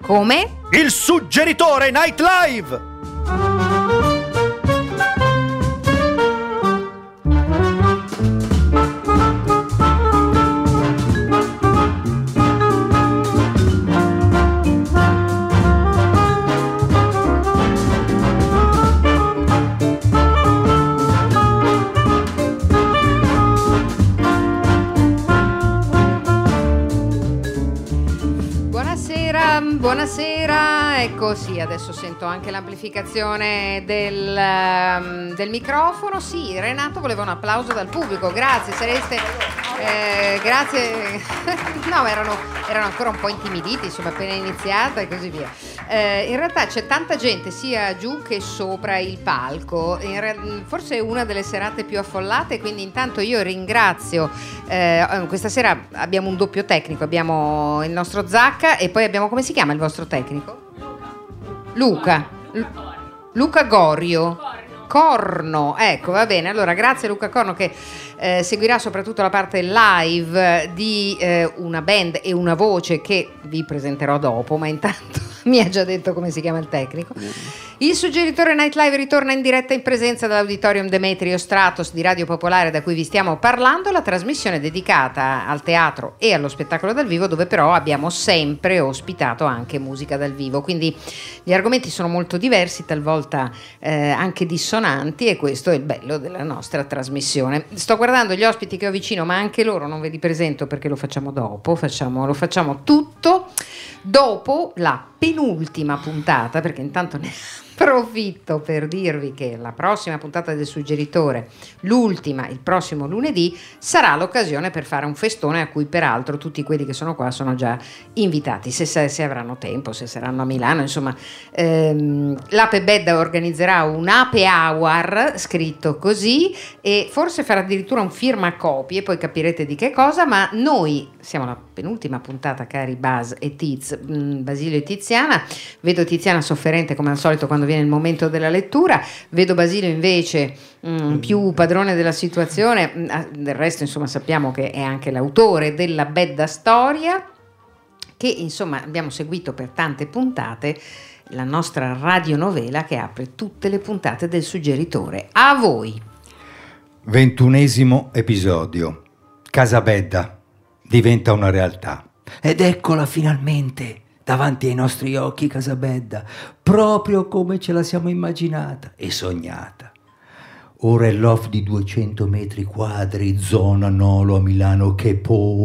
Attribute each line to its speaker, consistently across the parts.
Speaker 1: Come?
Speaker 2: Il Suggeritore Night Live!
Speaker 1: Buonasera, ecco sì, adesso sento anche l'amplificazione del microfono. Sì, Renato voleva un applauso dal pubblico, grazie, grazie. No, erano ancora un po' intimiditi, insomma, appena iniziata e così via. In realtà c'è tanta gente sia giù che sopra il palco, forse è una delle serate più affollate, quindi intanto io ringrazio. Questa sera abbiamo un doppio tecnico, abbiamo il nostro Zacca e poi abbiamo, come si chiama il vostro tecnico? Luca Gorio. Corno, ecco, va bene. Allora, grazie a Luca Corno che seguirà soprattutto la parte live di una band e una voce che vi presenterò dopo, ma intanto mi ha già detto come si chiama il tecnico. Il Suggeritore Night Live ritorna in diretta in presenza dell'Auditorium Demetrio Stratos di Radio Popolare, da cui vi stiamo parlando, la trasmissione dedicata al teatro e allo spettacolo dal vivo, dove però abbiamo sempre ospitato anche musica dal vivo, quindi gli argomenti sono molto diversi, talvolta anche dissonanti, e questo è il bello della nostra trasmissione. Sto guardando gli ospiti che ho vicino, ma anche loro non ve li presento perché lo facciamo dopo, lo facciamo tutto dopo la penultima puntata, perché intanto ne approfitto per dirvi che la prossima puntata del Suggeritore, l'ultima, il prossimo lunedì, sarà l'occasione per fare un festone a cui peraltro tutti quelli che sono qua sono già invitati, se avranno tempo, se saranno a Milano, insomma. L'Ape Bedda organizzerà un Ape Hour, scritto così, e forse farà addirittura un firmacopie, poi capirete di che cosa, ma noi siamo la penultima puntata, cari Bas e Tiz, Basilio e Tiziana. Vedo Tiziana sofferente come al solito quando viene il momento della lettura, vedo Basilio invece più padrone della situazione. Del resto, insomma, sappiamo che è anche l'autore della Bedda Storia, che insomma abbiamo seguito per tante puntate, la nostra radionovela che apre tutte le puntate del Suggeritore. A voi.
Speaker 3: 21° episodio. Casa Bedda diventa una realtà.
Speaker 4: Ed eccola finalmente davanti ai nostri occhi, Casa Bedda, proprio come ce la siamo immaginata e sognata. Ora è loft di 200 metri quadri, zona Nolo a Milano, che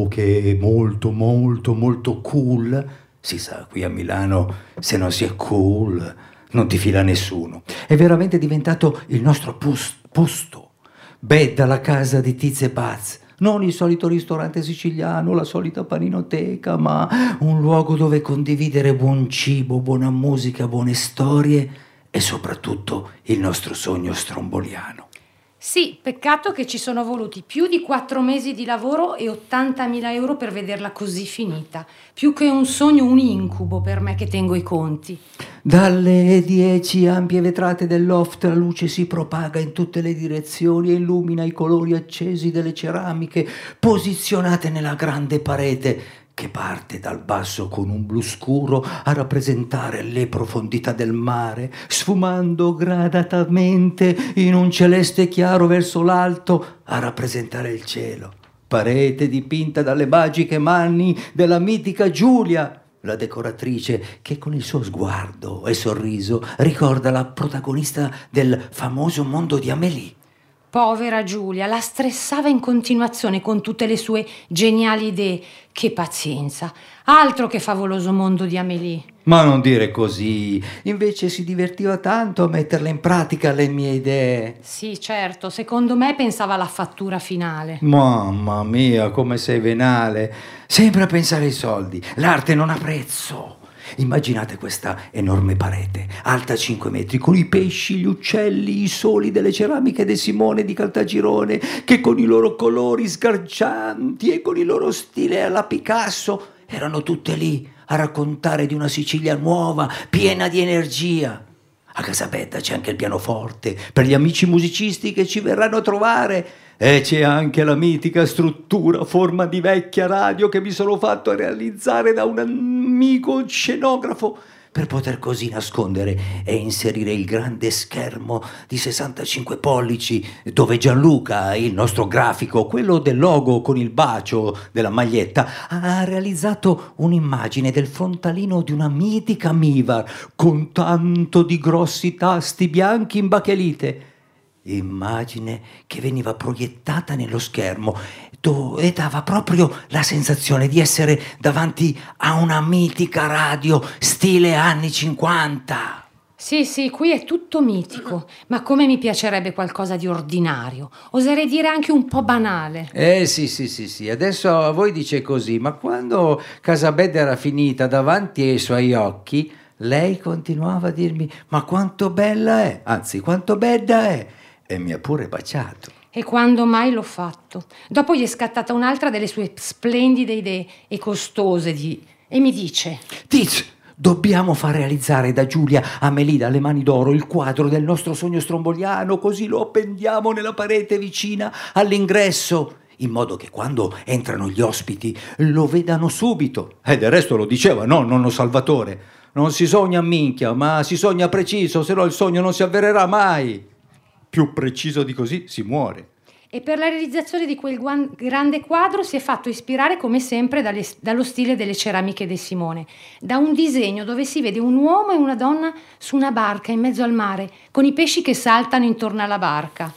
Speaker 4: è molto molto molto cool. Si sa, qui a Milano se non si è cool non ti fila nessuno. È veramente diventato il nostro posto. Bedda, la casa di Tiz e Baz. Non il solito ristorante siciliano, la solita paninoteca, ma un luogo dove condividere buon cibo, buona musica, buone storie e soprattutto il nostro sogno stromboliano.
Speaker 5: Sì, peccato che ci sono voluti più di 4 mesi di lavoro e 80.000 euro per vederla così finita. Più che un sogno, un incubo per me che tengo i conti.
Speaker 4: Dalle 10 ampie vetrate del loft la luce si propaga in tutte le direzioni e illumina i colori accesi delle ceramiche posizionate nella grande parete, che parte dal basso con un blu scuro a rappresentare le profondità del mare, sfumando gradatamente in un celeste chiaro verso l'alto a rappresentare il cielo. Parete dipinta dalle magiche mani della mitica Giulia, la decoratrice che con il suo sguardo e sorriso ricorda la protagonista del famoso mondo di Amélie.
Speaker 5: Povera Giulia, la stressava in continuazione con tutte le sue geniali idee. Che pazienza, altro che favoloso mondo di Amélie.
Speaker 4: Ma non dire così, invece si divertiva tanto a metterle in pratica le mie idee.
Speaker 5: Sì, certo, secondo me pensava alla fattura finale.
Speaker 4: Mamma mia, come sei venale, sempre a pensare ai soldi, l'arte non ha prezzo. Immaginate questa enorme parete, alta 5 metri, con i pesci, gli uccelli, i soli delle ceramiche De Simone di Caltagirone, che con i loro colori sgargianti e con il loro stile alla Picasso erano tutte lì a raccontare di una Sicilia nuova, piena di energia. A Casa Bedda c'è anche il pianoforte per gli amici musicisti che ci verranno a trovare, E c'è anche la mitica struttura a forma di vecchia radio che mi sono fatto realizzare da un amico scenografo per poter così nascondere e inserire il grande schermo di 65 pollici dove Gianluca, il nostro grafico, quello del logo con il bacio della maglietta, ha realizzato un'immagine del frontalino di una mitica Mivar con tanto di grossi tasti bianchi in bachelite. Immagine che veniva proiettata nello schermo e dava proprio la sensazione di essere davanti a una mitica radio stile anni 50.
Speaker 5: Sì, qui è tutto mitico, ma come mi piacerebbe qualcosa di ordinario, oserei dire anche un po' banale.
Speaker 4: Sì, adesso a voi dice così, ma quando Casabedda era finita davanti ai suoi occhi, lei continuava a dirmi: ma quanto bella è, anzi quanto bella è, e mi ha pure baciato.
Speaker 5: E quando mai l'ho fatto? Dopo gli è scattata un'altra delle sue splendide idee e costose e mi dice:
Speaker 4: Tiz, dobbiamo far realizzare da Giulia Amélie dalle mani d'oro il quadro del nostro sogno stromboliano, così lo appendiamo nella parete vicina all'ingresso, in modo che quando entrano gli ospiti lo vedano subito. E del resto lo diceva, no, nonno Salvatore, non si sogna a minchia, ma si sogna preciso, se no il sogno non si avvererà mai. Più preciso di così si muore.
Speaker 5: E per la realizzazione di quel grande quadro si è fatto ispirare come sempre dallo stile delle ceramiche De Simone, da un disegno dove si vede un uomo e una donna su una barca in mezzo al mare, con i pesci che saltano intorno alla barca.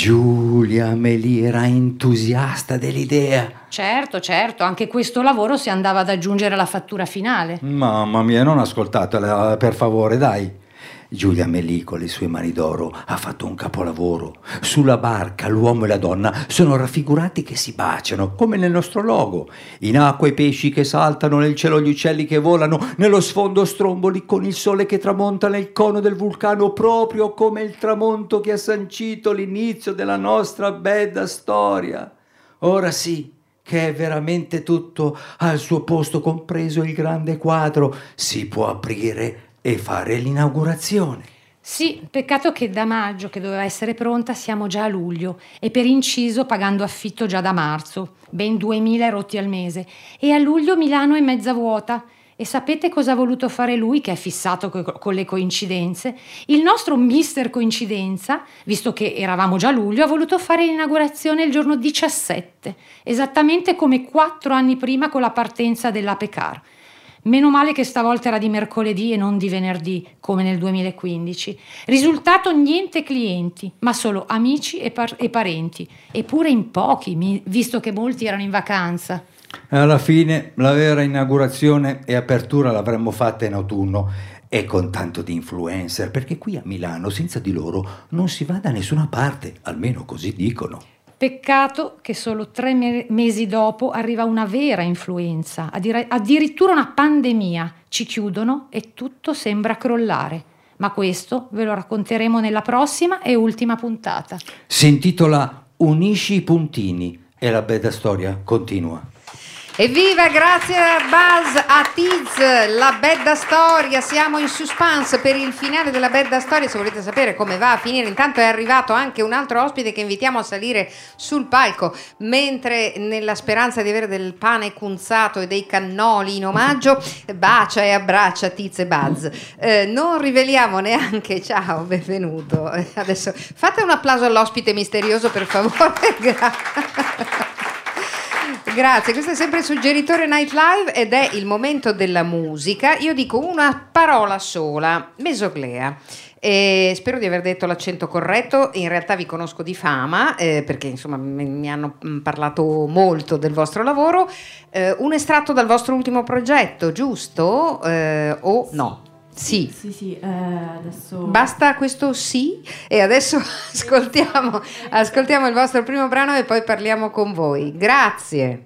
Speaker 4: Giulia Amélie era entusiasta dell'idea.
Speaker 5: Certo, anche questo lavoro si andava ad aggiungere alla fattura finale.
Speaker 4: Mamma mia, non ascoltatela, per favore, dai. Giulia Amélie con le sue mani d'oro ha fatto un capolavoro. Sulla barca l'uomo e la donna sono raffigurati che si baciano, come nel nostro logo. In acqua i pesci che saltano, nel cielo gli uccelli che volano, nello sfondo stromboli con il sole che tramonta nel cono del vulcano, proprio come il tramonto che ha sancito l'inizio della nostra bella storia. Ora sì, che è veramente tutto al suo posto, compreso il grande quadro, si può aprire e fare l'inaugurazione.
Speaker 5: Sì, peccato che da maggio, che doveva essere pronta, siamo già a luglio e per inciso pagando affitto già da marzo, ben 2.000 rotti al mese, e a luglio Milano è mezza vuota. E sapete cosa ha voluto fare lui, che è fissato con le coincidenze? Il nostro mister coincidenza, visto che eravamo già a luglio, ha voluto fare l'inaugurazione il giorno 17, esattamente come 4 anni prima con la partenza dell'Apecar. Meno male che stavolta era di mercoledì e non di venerdì, come nel 2015. Risultato: niente clienti, ma solo amici e parenti, eppure in pochi, visto che molti erano in vacanza.
Speaker 4: Alla fine la vera inaugurazione e apertura l'avremmo fatta in autunno, e con tanto di influencer, perché qui a Milano senza di loro non si va da nessuna parte, almeno così dicono.
Speaker 5: Peccato che solo 3 mesi dopo arriva una vera influenza, addirittura una pandemia. Ci chiudono e tutto sembra crollare. Ma questo ve lo racconteremo nella prossima e ultima puntata.
Speaker 4: Si intitola Unisci i puntini e la bella storia continua.
Speaker 1: Evviva, grazie a Buzz, a Tiz, la bella storia. Siamo in suspense per il finale della bella storia. Se volete sapere come va a finire, intanto è arrivato anche un altro ospite che invitiamo a salire sul palco, mentre nella speranza di avere del pane cunzato e dei cannoli in omaggio bacia e abbraccia Tiz e Buzz. Non riveliamo neanche, ciao, benvenuto. Adesso fate un applauso all'ospite misterioso, per favore. Grazie, questo è sempre il Suggeritore Night Live ed è il momento della musica. Io dico una parola sola: Mesoglea. Spero di aver detto l'accento corretto. In realtà vi conosco di fama, perché insomma mi hanno parlato molto del vostro lavoro. Un estratto dal vostro ultimo progetto, giusto? O no? Sì.
Speaker 6: Sì, adesso...
Speaker 1: Basta questo sì, e adesso ascoltiamo il vostro primo brano e poi parliamo con voi. Grazie.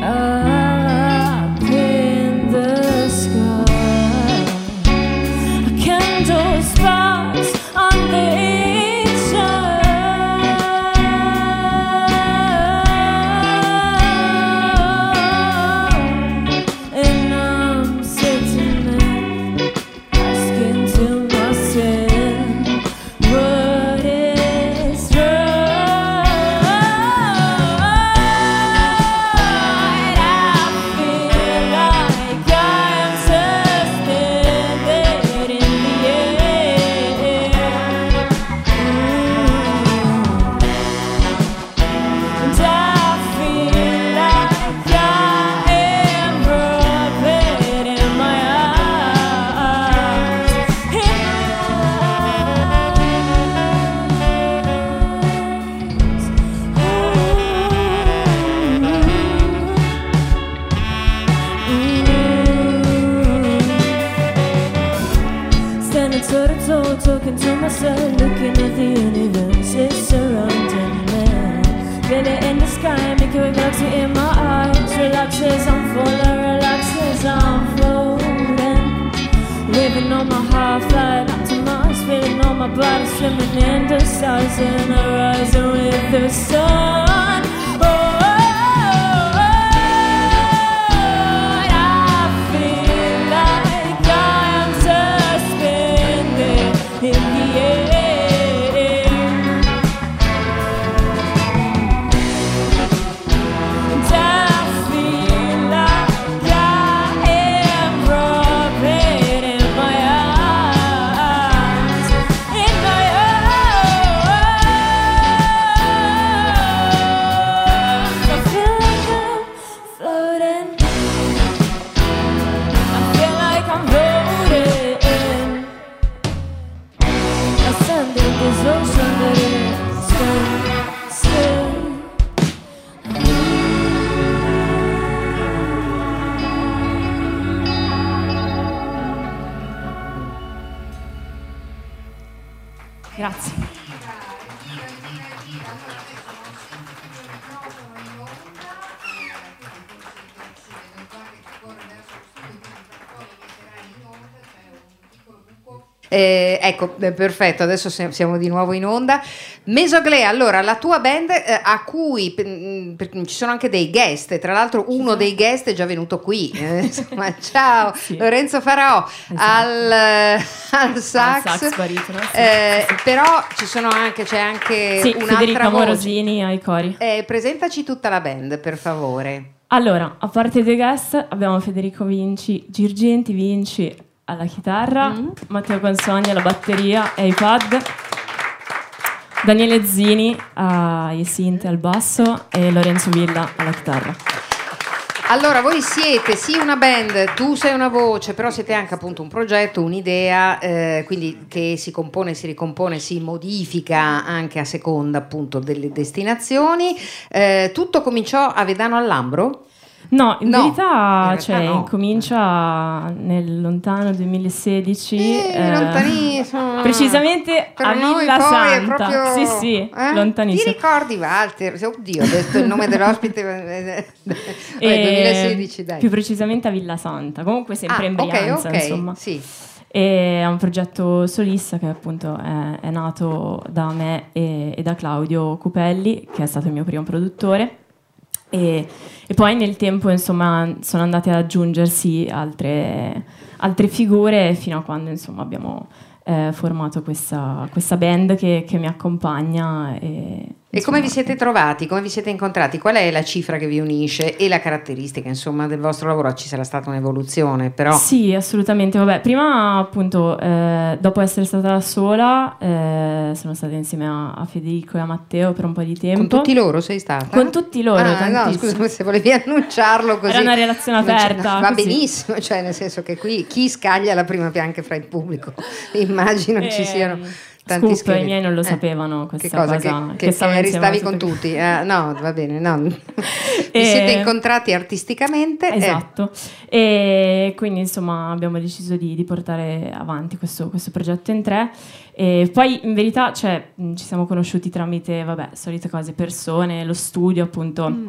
Speaker 7: up in the sky. Candle sparks on the and I'm sitting there asking to myself, what is right? I feel like I'm suspended in the air, and I feel like I am broken in my eyes. Standing toe to toe, talking to myself, looking at the universe, it's surrounding me. Feel it in the sky, make it galaxy in my eyes. Relax as I'm falling, relax as I'm floating. Living on my heart, flying up to Mars, feeling on my body, swimming in the stars, and I rise with the sun. I feel like I'm suspended in the air, and I feel like I am broken in my eyes, in my eyes. I feel like I'm floating, I feel like I'm floating. I stand in this ocean that is still.
Speaker 6: Grazie.
Speaker 1: Ecco, perfetto, adesso siamo di nuovo in onda. Mesoglea, allora, la tua band a cui ci sono anche dei guest, tra l'altro uno dei guest è già venuto qui, insomma, ciao,
Speaker 6: Sì.
Speaker 1: Lorenzo Faraò,
Speaker 6: Esatto.
Speaker 1: al sax,
Speaker 6: baritono, sì.
Speaker 1: però c'è anche
Speaker 6: Sì,
Speaker 1: un'altra
Speaker 6: Federica
Speaker 1: voce.
Speaker 6: Morosini ai cori.
Speaker 1: Presentaci tutta la band, per favore.
Speaker 6: Allora, a parte dei guest abbiamo Federico Girgenti Vinci alla chitarra, Matteo Consogni alla batteria e ai pad, Daniele Zini ai synth e al basso e Lorenzo Villa alla chitarra.
Speaker 1: Allora, voi siete sì una band, tu sei una voce, però siete anche appunto un progetto, un'idea, quindi che si compone, si ricompone, si modifica anche a seconda appunto delle destinazioni. Tutto cominciò a Vedano al Lambro?
Speaker 6: No, in
Speaker 1: No,
Speaker 6: verità,
Speaker 1: in realtà no.
Speaker 6: Comincia nel lontano 2016,
Speaker 1: Lontanissimo.
Speaker 6: precisamente
Speaker 1: Per
Speaker 6: a
Speaker 1: noi
Speaker 6: Villa
Speaker 1: poi è
Speaker 6: Santa.
Speaker 1: proprio,
Speaker 6: Sì, lontanissimo.
Speaker 1: Ti ricordi Walter? Oddio, ho detto il nome dell'ospite. Vabbè, 2016, dai.
Speaker 6: Più precisamente a Villa Santa, comunque sempre in Brianza,
Speaker 1: ok,
Speaker 6: insomma.
Speaker 1: sì.
Speaker 6: È un progetto solista che appunto è nato da me e da Claudio Cupelli, che è stato il mio primo produttore. E poi nel tempo insomma sono andate ad aggiungersi altre figure fino a quando insomma abbiamo formato questa band che mi accompagna.
Speaker 1: E come vi siete trovati? Come vi siete incontrati? Qual è la cifra che vi unisce e la caratteristica insomma del vostro lavoro? Ci sarà stata un'evoluzione, però.
Speaker 6: Sì, assolutamente. Vabbè, prima appunto dopo essere stata da sola sono stata insieme a Federico e a Matteo per un po' di tempo.
Speaker 1: Con tutti loro sei stata?
Speaker 6: Con tutti loro,
Speaker 1: no,
Speaker 6: tantissimo.
Speaker 1: scusa, se volevi annunciarlo così.
Speaker 6: Era una relazione aperta,
Speaker 1: Va
Speaker 6: così.
Speaker 1: benissimo, cioè nel senso che qui chi scaglia la prima pianca fra il pubblico? Immagino ci siano tanti
Speaker 6: Scoop,
Speaker 1: scheletri.
Speaker 6: i miei non lo sapevano questa
Speaker 1: che cosa,
Speaker 6: cosa,
Speaker 1: che
Speaker 6: stavo insieme
Speaker 1: ristavi
Speaker 6: a
Speaker 1: con
Speaker 6: tutti.
Speaker 1: tutti. No, va bene, no. Vi siete incontrati artisticamente.
Speaker 6: Esatto, e quindi insomma abbiamo deciso di portare avanti questo progetto in tre. E poi in verità ci siamo conosciuti tramite solite cose, persone, lo studio appunto.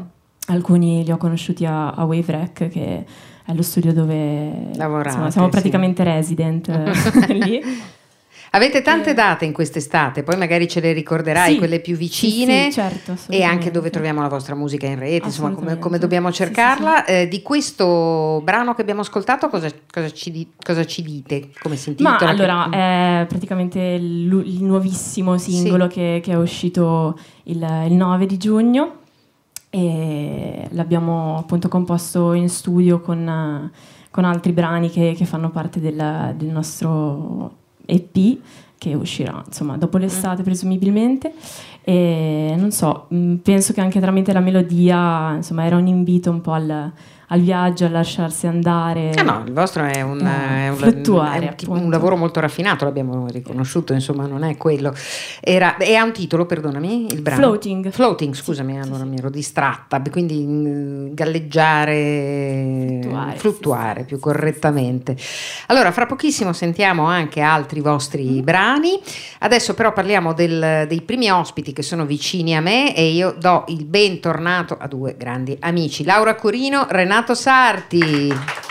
Speaker 6: alcuni li ho conosciuti a Wave Rec, che è lo studio dove insomma, siamo praticamente resident lì.
Speaker 1: Avete tante date in quest'estate, poi magari ce le ricorderai, quelle più vicine,
Speaker 6: sì, certo,
Speaker 1: e anche dove troviamo la vostra musica in rete, insomma come dobbiamo cercarla.
Speaker 6: Sì.
Speaker 1: Di questo brano che abbiamo ascoltato cosa ci dite? Come si intitola?
Speaker 6: Ma allora è praticamente il nuovissimo singolo che è uscito il 9 di giugno, e l'abbiamo appunto composto in studio con altri brani che fanno parte del nostro EP, che uscirà insomma dopo l'estate presumibilmente, e non so, penso che anche tramite la melodia insomma era un invito un po' al viaggio, a lasciarsi andare.
Speaker 1: No, il vostro è
Speaker 6: fluttuare,
Speaker 1: un lavoro molto raffinato, l'abbiamo riconosciuto, insomma non è quello. E ha un titolo, perdonami, il brano? Floating, scusami, allora mi ero distratta, quindi galleggiare, fluttuare più correttamente. Allora, fra pochissimo sentiamo anche altri vostri brani, adesso però parliamo dei primi ospiti che sono vicini a me, e io do il bentornato a due grandi amici, Laura Curino, Renato Sarti.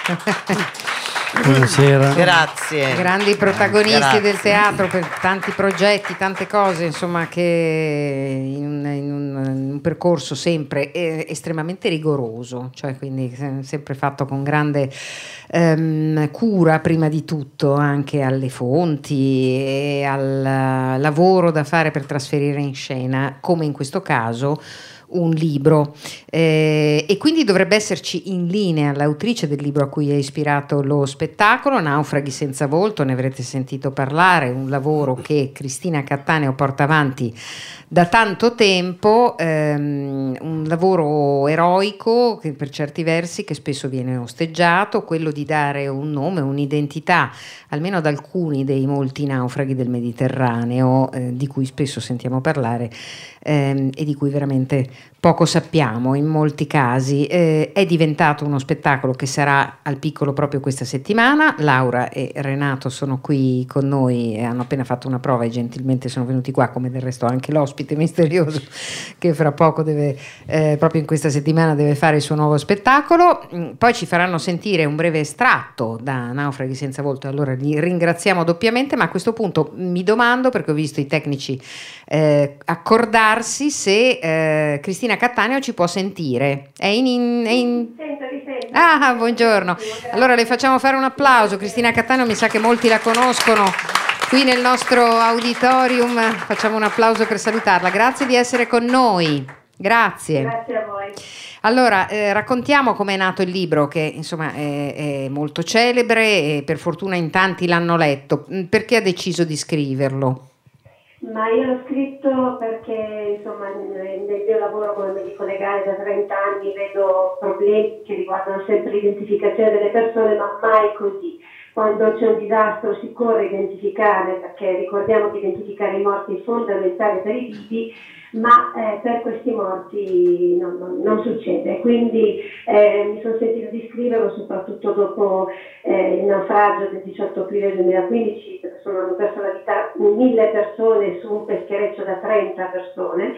Speaker 8: Buonasera.
Speaker 9: Grazie.
Speaker 1: Grandi protagonisti del teatro per tanti progetti, tante cose, insomma, che in un percorso sempre estremamente rigoroso, cioè quindi sempre fatto con grande cura, prima di tutto anche alle fonti e al lavoro da fare per trasferire in scena, come in questo caso un libro, e quindi dovrebbe esserci in linea l'autrice del libro a cui è ispirato lo spettacolo, Naufraghi senza volto, ne avrete sentito parlare, un lavoro che Cristina Cattaneo porta avanti da tanto tempo, un lavoro eroico che per certi versi, che spesso viene osteggiato, quello di dare un nome, un'identità almeno ad alcuni dei molti naufraghi del Mediterraneo, di cui spesso sentiamo parlare e di cui veramente poco sappiamo in molti casi. È diventato uno spettacolo che sarà al Piccolo proprio questa settimana. Laura e Renato sono qui con noi e hanno appena fatto una prova e gentilmente sono venuti qua, come del resto anche l'ospite misterioso che fra poco deve proprio in questa settimana deve fare il suo nuovo spettacolo. Poi ci faranno sentire un breve estratto da Naufraghi senza volto, allora li ringraziamo doppiamente, ma a questo punto mi domando, perché ho visto i tecnici accordarsi, se Cristina Cattaneo ci può sentire. Sento. Ah, buongiorno. Allora le facciamo fare un applauso. Cristina Cattaneo, mi sa che molti la conoscono qui nel nostro auditorium. Facciamo un applauso per salutarla. Grazie di essere con noi. Grazie.
Speaker 10: Grazie a voi.
Speaker 1: Allora, raccontiamo com'è nato il libro, che insomma è molto celebre e per fortuna in tanti l'hanno letto. Perché ha deciso di scriverlo?
Speaker 10: Ma io l'ho scritto perché insomma nel mio lavoro come medico legale da 30 anni vedo problemi che riguardano sempre l'identificazione delle persone, ma mai così. Quando c'è un disastro si corre a identificare, perché ricordiamo che identificare i morti è fondamentale per i vivi, ma per questi morti non succede. Quindi mi sono sentita di scriverlo soprattutto dopo il naufragio del 18 aprile 2015, dove hanno perso la vita 1000 persone su un peschereccio da 30 persone,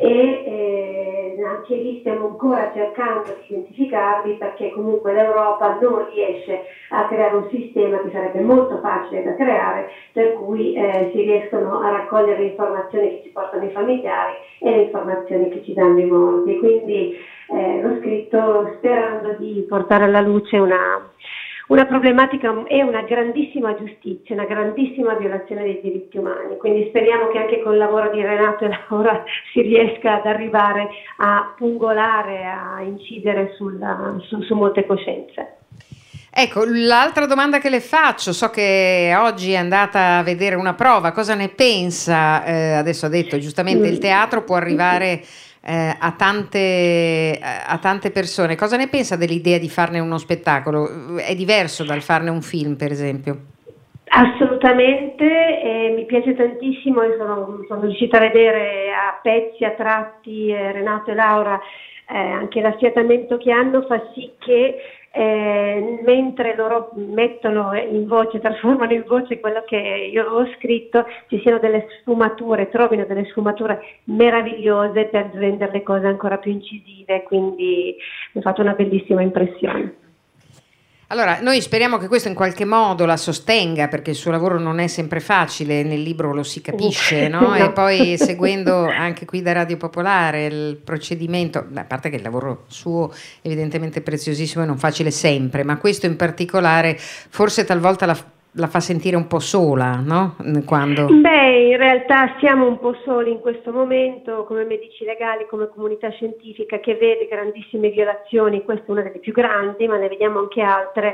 Speaker 10: e anche lì stiamo ancora cercando di identificarli, perché comunque l'Europa non riesce a creare un sistema che sarebbe molto facile da creare, per cui si riescono a raccogliere le informazioni che ci portano i familiari e le informazioni che ci danno i morti. Quindi l'ho scritto sperando di portare alla luce una problematica e una grandissima giustizia, una grandissima violazione dei diritti umani. Quindi speriamo che anche con il lavoro di Renato e Laura si riesca ad arrivare a pungolare, a incidere su molte coscienze.
Speaker 1: Ecco, l'altra domanda che le faccio, so che oggi è andata a vedere una prova, cosa ne pensa? Adesso ha detto giustamente il teatro può arrivare a tante persone, cosa ne pensa dell'idea di farne uno spettacolo? È diverso dal farne un film, per esempio?
Speaker 10: Assolutamente, mi piace tantissimo, io sono riuscita a vedere a pezzi, a tratti Renato e Laura, anche l'affiatamento che hanno fa sì che mentre loro mettono in voce, trasformano in voce quello che io avevo scritto, ci siano delle sfumature, trovino delle sfumature meravigliose per rendere le cose ancora più incisive, quindi mi ha fatto una bellissima impressione.
Speaker 1: Allora, noi speriamo che questo in qualche modo la sostenga, perché il suo lavoro non è sempre facile, nel libro lo si capisce, no?
Speaker 10: No.
Speaker 1: E poi seguendo anche qui da Radio Popolare il procedimento, a parte che il lavoro suo evidentemente è preziosissimo e non facile sempre, ma questo in particolare forse talvolta la fa sentire un po' sola, no? Quando...
Speaker 10: Beh, in realtà siamo un po' soli in questo momento come medici legali, come comunità scientifica che vede grandissime violazioni, questa è una delle più grandi, ma ne vediamo anche altre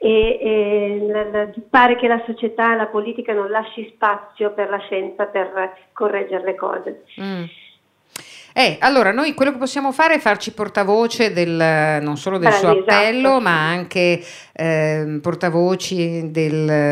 Speaker 10: e pare che la società e la politica non lasci spazio per la scienza per correggere le cose.
Speaker 1: Allora noi quello che possiamo fare è farci portavoce non solo del suo appello,
Speaker 10: esatto,
Speaker 1: ma anche portavoci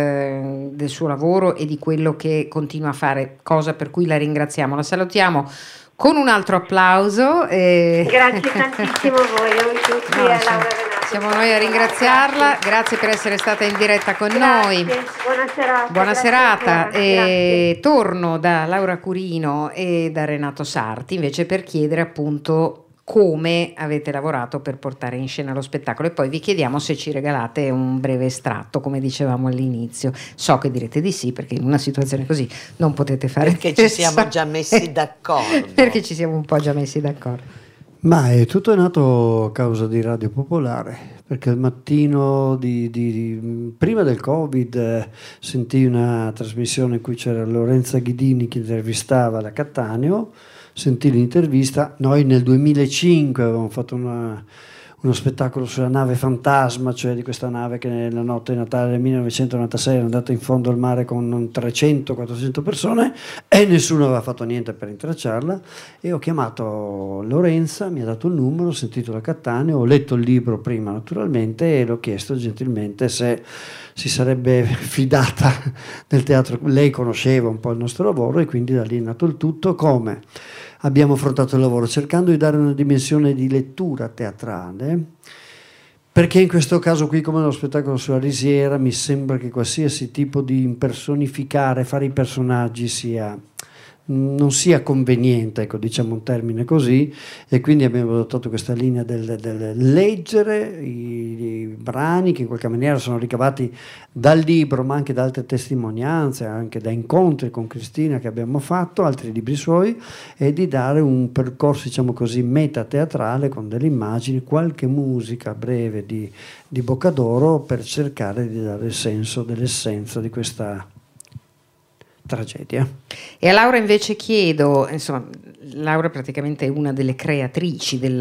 Speaker 1: del suo lavoro e di quello che continua a fare, cosa per cui la ringraziamo. La salutiamo con un altro applauso.
Speaker 10: Grazie tantissimo a voi tutti e a Laura Renato.
Speaker 1: Siamo noi a ringraziarla, grazie per essere stata in diretta con noi.
Speaker 10: Buona serata.
Speaker 1: Buona serata.
Speaker 10: Grazie.
Speaker 1: Torno da Laura Curino e da Renato Sarti invece per chiedere appunto come avete lavorato per portare in scena lo spettacolo e poi vi chiediamo se ci regalate un breve estratto come dicevamo all'inizio. So che direte di sì perché in una situazione così non potete fare
Speaker 8: perché ci siamo già messi d'accordo.
Speaker 1: Perché ci siamo un po' già messi d'accordo.
Speaker 9: Ma tutto è nato a causa di Radio Popolare, perché il mattino prima del Covid sentii una trasmissione in cui c'era Lorenza Ghidini che intervistava la Cattaneo, sentii l'intervista, noi nel 2005 avevamo fatto uno spettacolo sulla nave fantasma, cioè di questa nave che nella notte di Natale del 1996 era andata in fondo al mare con 300-400 persone e nessuno aveva fatto niente per intracciarla e ho chiamato Lorenza, mi ha dato il numero, ho sentito la Cattaneo, ho letto il libro prima naturalmente e l'ho chiesto gentilmente se si sarebbe fidata del teatro, lei conosceva un po' il nostro lavoro e quindi da lì è nato il tutto. Come abbiamo affrontato il lavoro? Cercando di dare una dimensione di lettura teatrale, perché in questo caso qui, come nello spettacolo sulla risiera, mi sembra che qualsiasi tipo di impersonificare, fare i personaggi non sia conveniente, ecco, diciamo un termine così, e quindi abbiamo adottato questa linea del leggere i brani che in qualche maniera sono ricavati dal libro, ma anche da altre testimonianze, anche da incontri con Cristina che abbiamo fatto, altri libri suoi, e di dare un percorso, diciamo così, metateatrale con delle immagini, qualche musica breve di Boccadoro per cercare di dare il senso dell'essenza di questa tragedia.
Speaker 1: E a Laura invece chiedo, insomma, Laura praticamente è una delle creatrici del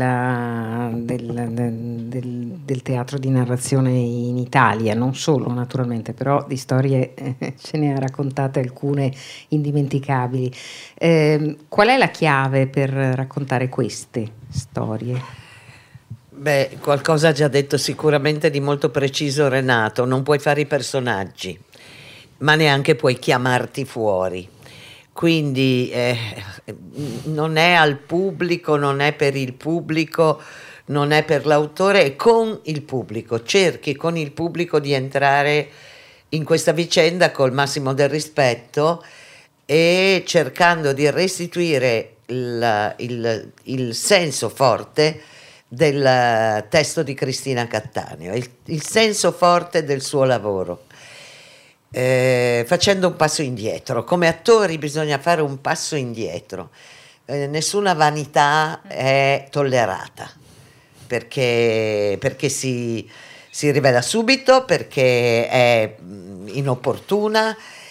Speaker 1: teatro di narrazione in Italia, non solo naturalmente, però di storie ce ne ha raccontate alcune indimenticabili. Qual è la chiave per raccontare queste storie?
Speaker 8: Beh, qualcosa ha già detto sicuramente di molto preciso Renato, non puoi fare i personaggi, ma neanche puoi chiamarti fuori, quindi non è al pubblico, non è per il pubblico, non è per l'autore, è con il pubblico, cerchi con il pubblico di entrare in questa vicenda col massimo del rispetto e cercando di restituire il senso forte del testo di Cristina Cattaneo, il senso forte del suo lavoro. Facendo un passo indietro, come attori bisogna fare un passo indietro, nessuna vanità è tollerata perché si rivela subito, perché è inopportuna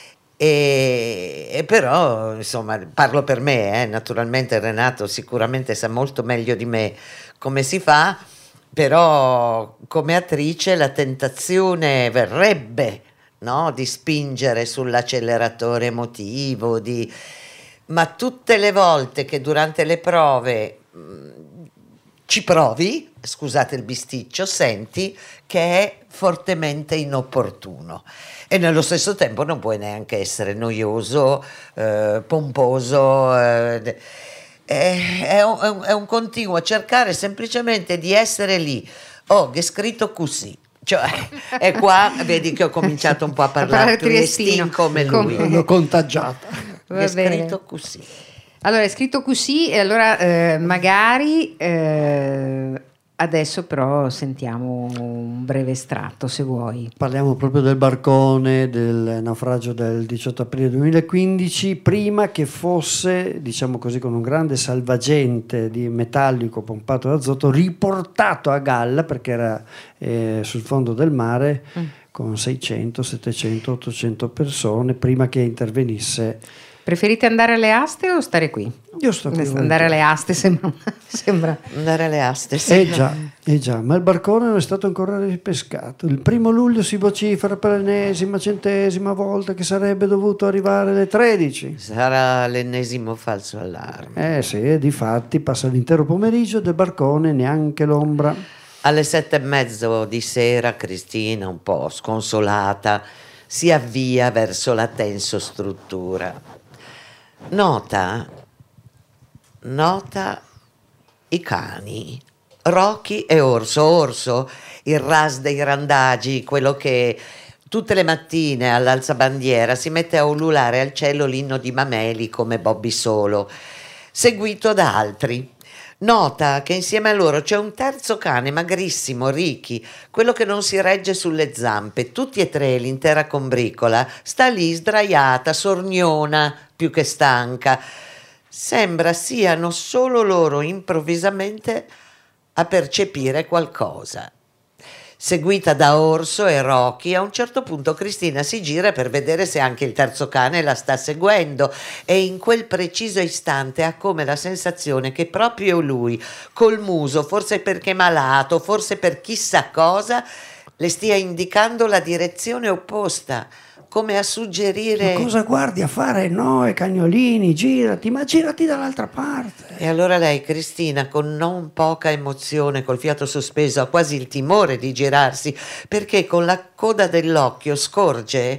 Speaker 8: e però insomma parlo per me, naturalmente Renato sicuramente sa molto meglio di me come si fa, però come attrice la tentazione verrebbe, no? Di spingere sull'acceleratore emotivo, ma tutte le volte che durante le prove ci provi, scusate il bisticcio, senti che è fortemente inopportuno e nello stesso tempo non puoi neanche essere noioso, pomposo, è un continuo cercare semplicemente di essere lì, Oh, che è scritto così. Cioè, e qua vedi che ho cominciato un po' a parlare triestino come lui.
Speaker 9: L'ho contagiata.
Speaker 8: È scritto così.
Speaker 1: Allora, è scritto così e allora magari adesso però sentiamo un breve estratto, se vuoi.
Speaker 9: Parliamo proprio del barcone, del naufragio del 18 aprile 2015, prima che fosse, diciamo così, con un grande salvagente di metallico pompato d'azoto, riportato a galla perché era sul fondo del mare con 600, 700, 800 persone prima che intervenisse.
Speaker 1: Preferite andare alle aste o stare qui?
Speaker 9: Io sto qui.
Speaker 1: Andare alle aste sembra.
Speaker 8: Andare alle aste, sì.
Speaker 9: Già, ma il barcone non è stato ancora ripescato. Il 1 luglio si vocifera per l'ennesima, 100ª volta che sarebbe dovuto arrivare alle 13.
Speaker 8: Sarà l'ennesimo falso allarme.
Speaker 9: Sì, difatti passa l'intero pomeriggio del barcone, neanche l'ombra.
Speaker 8: Alle 7:30 di sera Cristina, un po' sconsolata, si avvia verso la tensostruttura. Nota i cani, Rocky e Orso. Orso, il ras dei randagi, quello che tutte le mattine all'alzabandiera si mette a ululare al cielo l'inno di Mameli come Bobby Solo, seguito da altri. Nota che insieme a loro c'è un terzo cane magrissimo, Ricky, quello che non si regge sulle zampe. Tutti e tre, l'intera combricola, sta lì sdraiata, sorniona, più che stanca. Sembra siano solo loro improvvisamente a percepire qualcosa. Seguita da Orso e Rocky, a un certo punto Cristina si gira per vedere se anche il terzo cane la sta seguendo e in quel preciso istante ha come la sensazione che proprio lui, col muso, forse perché malato, forse per chissà cosa, le stia indicando la direzione opposta, come a suggerire:
Speaker 9: ma cosa guardi a fare? No, cagnolini, girati, ma girati dall'altra parte.
Speaker 8: E allora lei, Cristina, con non poca emozione, col fiato sospeso, ha quasi il timore di girarsi, perché con la coda dell'occhio scorge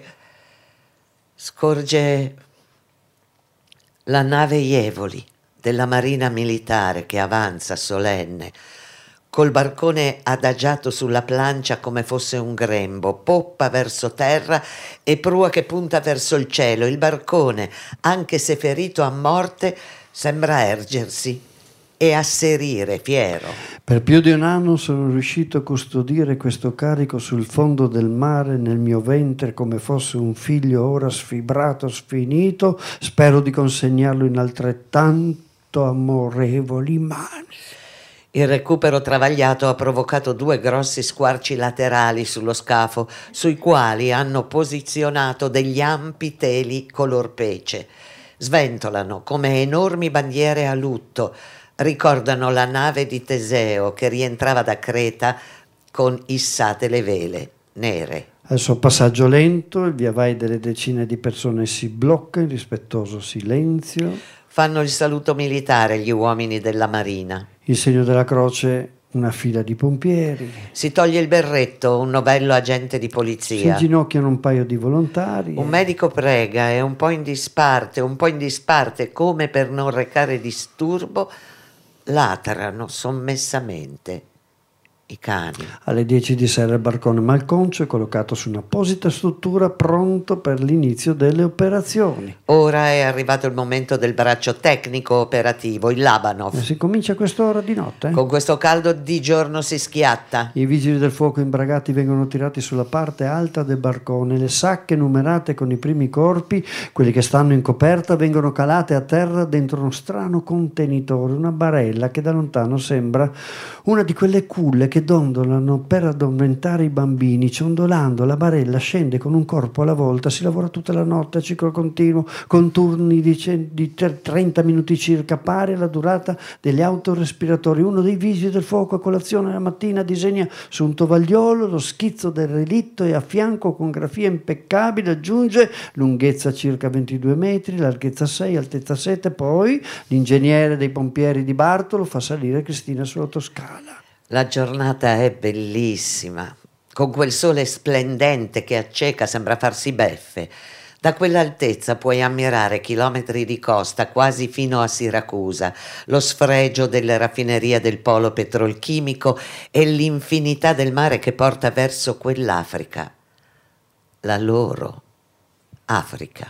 Speaker 8: la nave Jevoli della Marina Militare che avanza solenne, col barcone adagiato sulla plancia come fosse un grembo, poppa verso terra e prua che punta verso il cielo. Il barcone, anche se ferito a morte, sembra ergersi e asserire fiero.
Speaker 9: Per più di un anno sono riuscito a custodire questo carico sul fondo del mare nel mio ventre come fosse un figlio ora sfibrato, sfinito. Spero di consegnarlo in altrettanto amorevoli mani.
Speaker 8: Il recupero travagliato ha provocato 2 grossi squarci laterali sullo scafo, sui quali hanno posizionato degli ampi teli color pece. Sventolano come enormi bandiere a lutto, ricordano la nave di Teseo che rientrava da Creta con issate le vele nere.
Speaker 9: Al suo passaggio lento, il via vai delle decine di persone si blocca in rispettoso silenzio.
Speaker 8: Fanno il saluto militare gli uomini della Marina.
Speaker 9: Il segno della croce, una fila di pompieri.
Speaker 8: Si toglie il berretto un novello agente di
Speaker 9: Si
Speaker 8: polizia.
Speaker 9: inginocchiano un paio di volontari.
Speaker 8: Un medico prega e un po' in disparte, come per non recare disturbo, latrano sommessamente i cani.
Speaker 9: Alle 10 di sera il barcone malconcio è collocato su un'apposita struttura pronto per l'inizio delle operazioni.
Speaker 8: Ora è arrivato il momento del braccio tecnico operativo, il Labanov.
Speaker 9: Si comincia a quest'ora di notte.
Speaker 8: Con questo caldo di giorno si schiatta.
Speaker 9: I vigili del fuoco imbragati vengono tirati sulla parte alta del barcone. Le sacche numerate con i primi corpi, quelli che stanno in coperta, vengono calate a terra dentro uno strano contenitore, una barella che da lontano sembra una di quelle culle che dondolano per addormentare i bambini. Ciondolando la barella scende con un corpo alla volta. Si lavora tutta la notte a ciclo continuo con turni di 30 minuti circa, pari alla durata degli autorespiratori. Uno dei vigili del fuoco a colazione la mattina disegna su un tovagliolo lo schizzo del relitto e a fianco con grafia impeccabile aggiunge lunghezza circa 22 metri, larghezza 6, altezza 7. Poi l'ingegnere dei pompieri di Bartolo fa salire Cristina sull'autoscala.
Speaker 8: La giornata è bellissima, con quel sole splendente che acceca, sembra farsi beffe. Da quell'altezza puoi ammirare chilometri di costa quasi fino a Siracusa, lo sfregio delle raffinerie del polo petrolchimico e l'infinità del mare che porta verso quell'Africa, la loro Africa.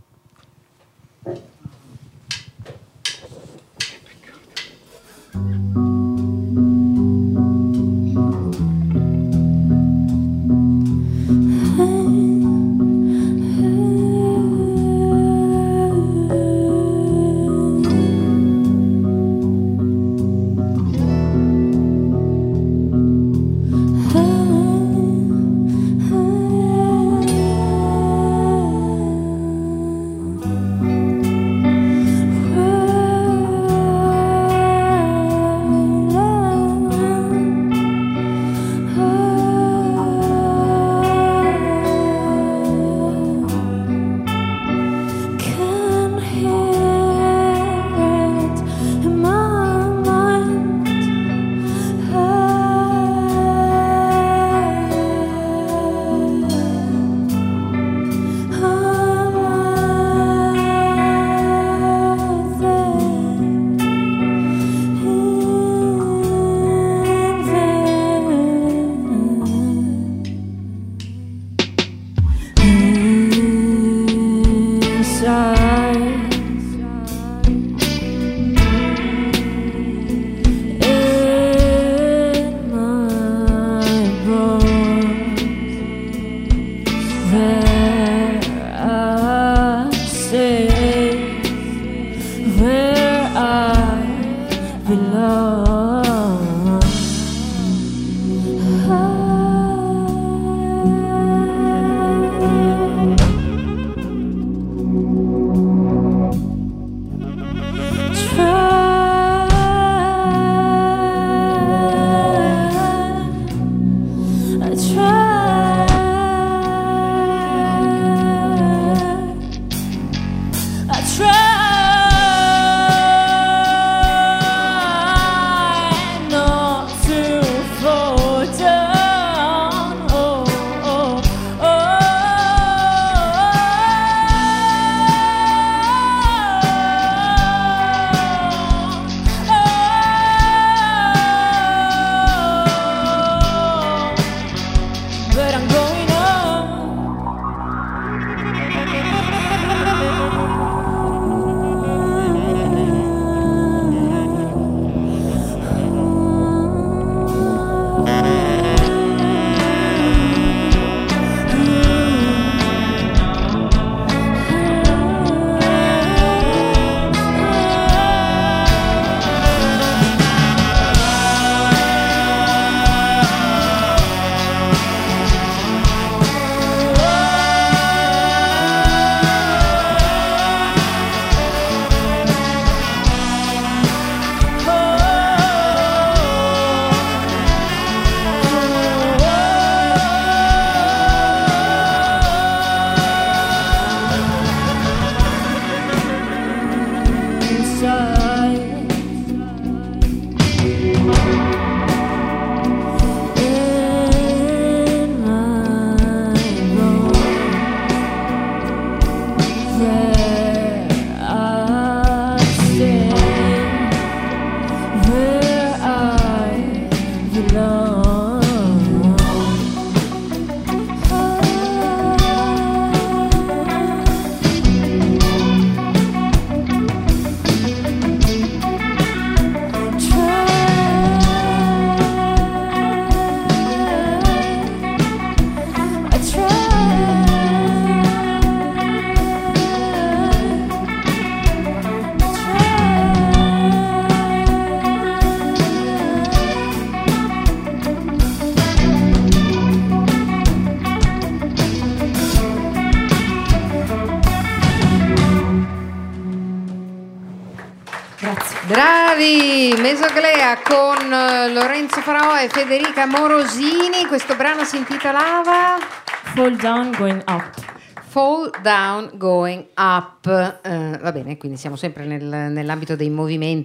Speaker 1: Bravi, Mesoglea con Lorenzo Faraò e Federica Morosini. Questo brano si intitolava
Speaker 6: Fall Down Going Up.
Speaker 1: Fall Down Going Up. Va bene, quindi siamo sempre nell'ambito dei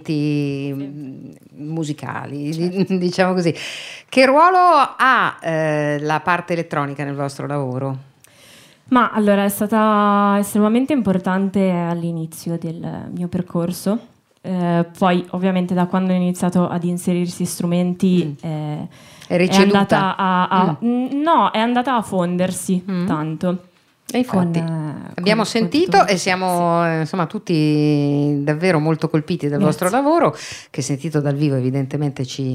Speaker 1: movimenti musicali, diciamo così. Che ruolo ha la parte elettronica nel vostro lavoro?
Speaker 6: Ma allora è stata estremamente importante all'inizio del mio percorso, poi ovviamente da quando ho iniziato ad inserirsi strumenti
Speaker 1: È
Speaker 6: andata no, è andata a fondersi tanto.
Speaker 1: E infatti abbiamo sentito e siamo insomma tutti davvero molto colpiti dal vostro lavoro, che sentito dal vivo evidentemente ci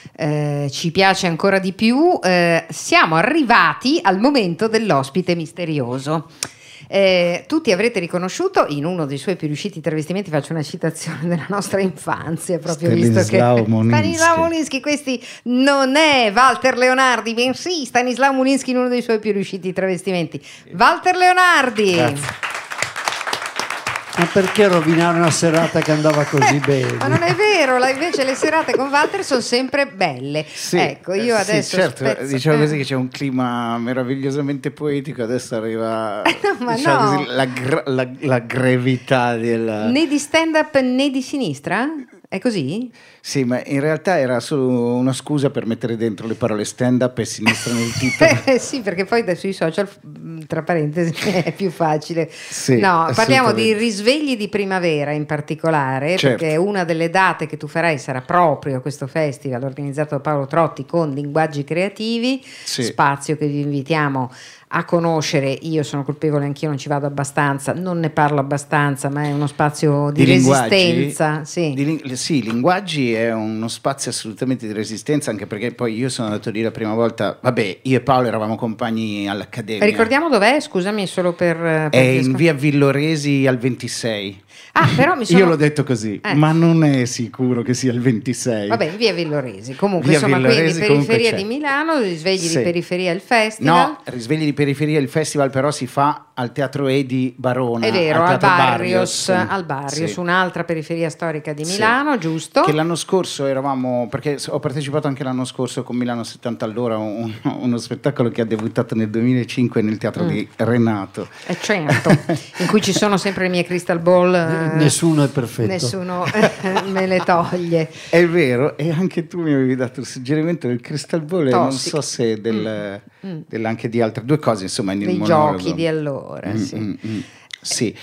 Speaker 1: piace ancora di più. Siamo arrivati al momento dell'ospite misterioso. Tutti avrete riconosciuto in uno dei suoi più riusciti travestimenti, faccio una citazione della nostra infanzia, proprio
Speaker 11: Stanislao Molinsky.
Speaker 1: Stanislao Molinsky, questi non è Walter Leonardi, bensì Stanislao Molinsky in uno dei suoi più riusciti travestimenti. Walter Leonardi.
Speaker 9: Grazie. Ma perché rovinare una serata che andava così bene?
Speaker 1: Ma non è vero, invece le serate con Walter sono sempre belle.
Speaker 11: Sì,
Speaker 1: ecco, io adesso
Speaker 11: certo, diciamo così che c'è un clima meravigliosamente poetico, adesso arriva
Speaker 1: ma
Speaker 11: diciamo
Speaker 1: no.
Speaker 11: così, la gravità del...
Speaker 1: Né di stand-up né di sinistra? È così?
Speaker 11: Sì, ma in realtà era solo una scusa per mettere dentro le parole stand-up e sinistra nel titolo.
Speaker 1: Sì, perché poi sui social, tra parentesi, è più facile.
Speaker 11: Sì,
Speaker 1: no, parliamo di
Speaker 11: assolutamente.
Speaker 1: risvegli di primavera in particolare,
Speaker 11: Certo.
Speaker 1: perché una delle date che tu farai sarà proprio questo festival organizzato da Paolo Trotti con Linguaggi Creativi,
Speaker 11: Sì.
Speaker 1: spazio che vi invitiamo a conoscere. Io sono colpevole, anch'io non ci vado abbastanza, non ne parlo abbastanza, ma è uno spazio di resistenza.
Speaker 11: Sì, Linguaggi è uno spazio assolutamente di resistenza, anche perché poi io sono andato lì la prima volta, vabbè, io e Paolo eravamo compagni all'Accademia.
Speaker 1: Ricordiamo dov'è, scusami, solo per
Speaker 11: È in via Villoresi al 26.
Speaker 1: Ah, però mi sono...
Speaker 11: Io l'ho detto così, ma non è sicuro che sia il 26.
Speaker 1: Vabbè, in via Villoresi. Comunque,
Speaker 11: Via
Speaker 1: insomma,
Speaker 11: Villoresi,
Speaker 1: quindi
Speaker 11: comunque
Speaker 1: periferia
Speaker 11: c'è.
Speaker 1: di Milano, risvegli
Speaker 11: Sì.
Speaker 1: di periferia il festival.
Speaker 11: No, risvegli di periferia il festival però si fa al Teatro E di Barona.
Speaker 1: È vero, al
Speaker 11: Teatro
Speaker 1: Barrios,
Speaker 11: Sì.
Speaker 1: un'altra periferia storica di
Speaker 11: Sì.
Speaker 1: Milano, giusto?
Speaker 11: Che l'anno scorso eravamo, perché ho partecipato anche l'anno scorso con Milano 70 all'ora, uno spettacolo che ha debuttato nel 2005 nel Teatro di Renato.
Speaker 1: Certo, in cui ci sono sempre le mie crystal ball.
Speaker 9: Nessuno è perfetto.
Speaker 1: Nessuno me le toglie.
Speaker 11: È vero, e anche tu mi avevi dato il suggerimento del Crystal Ball, e non
Speaker 1: Tossico.
Speaker 11: so se anche di altre due cose, insomma, in
Speaker 1: Dei
Speaker 11: monologo.
Speaker 1: giochi di allora, sì.
Speaker 11: Sì,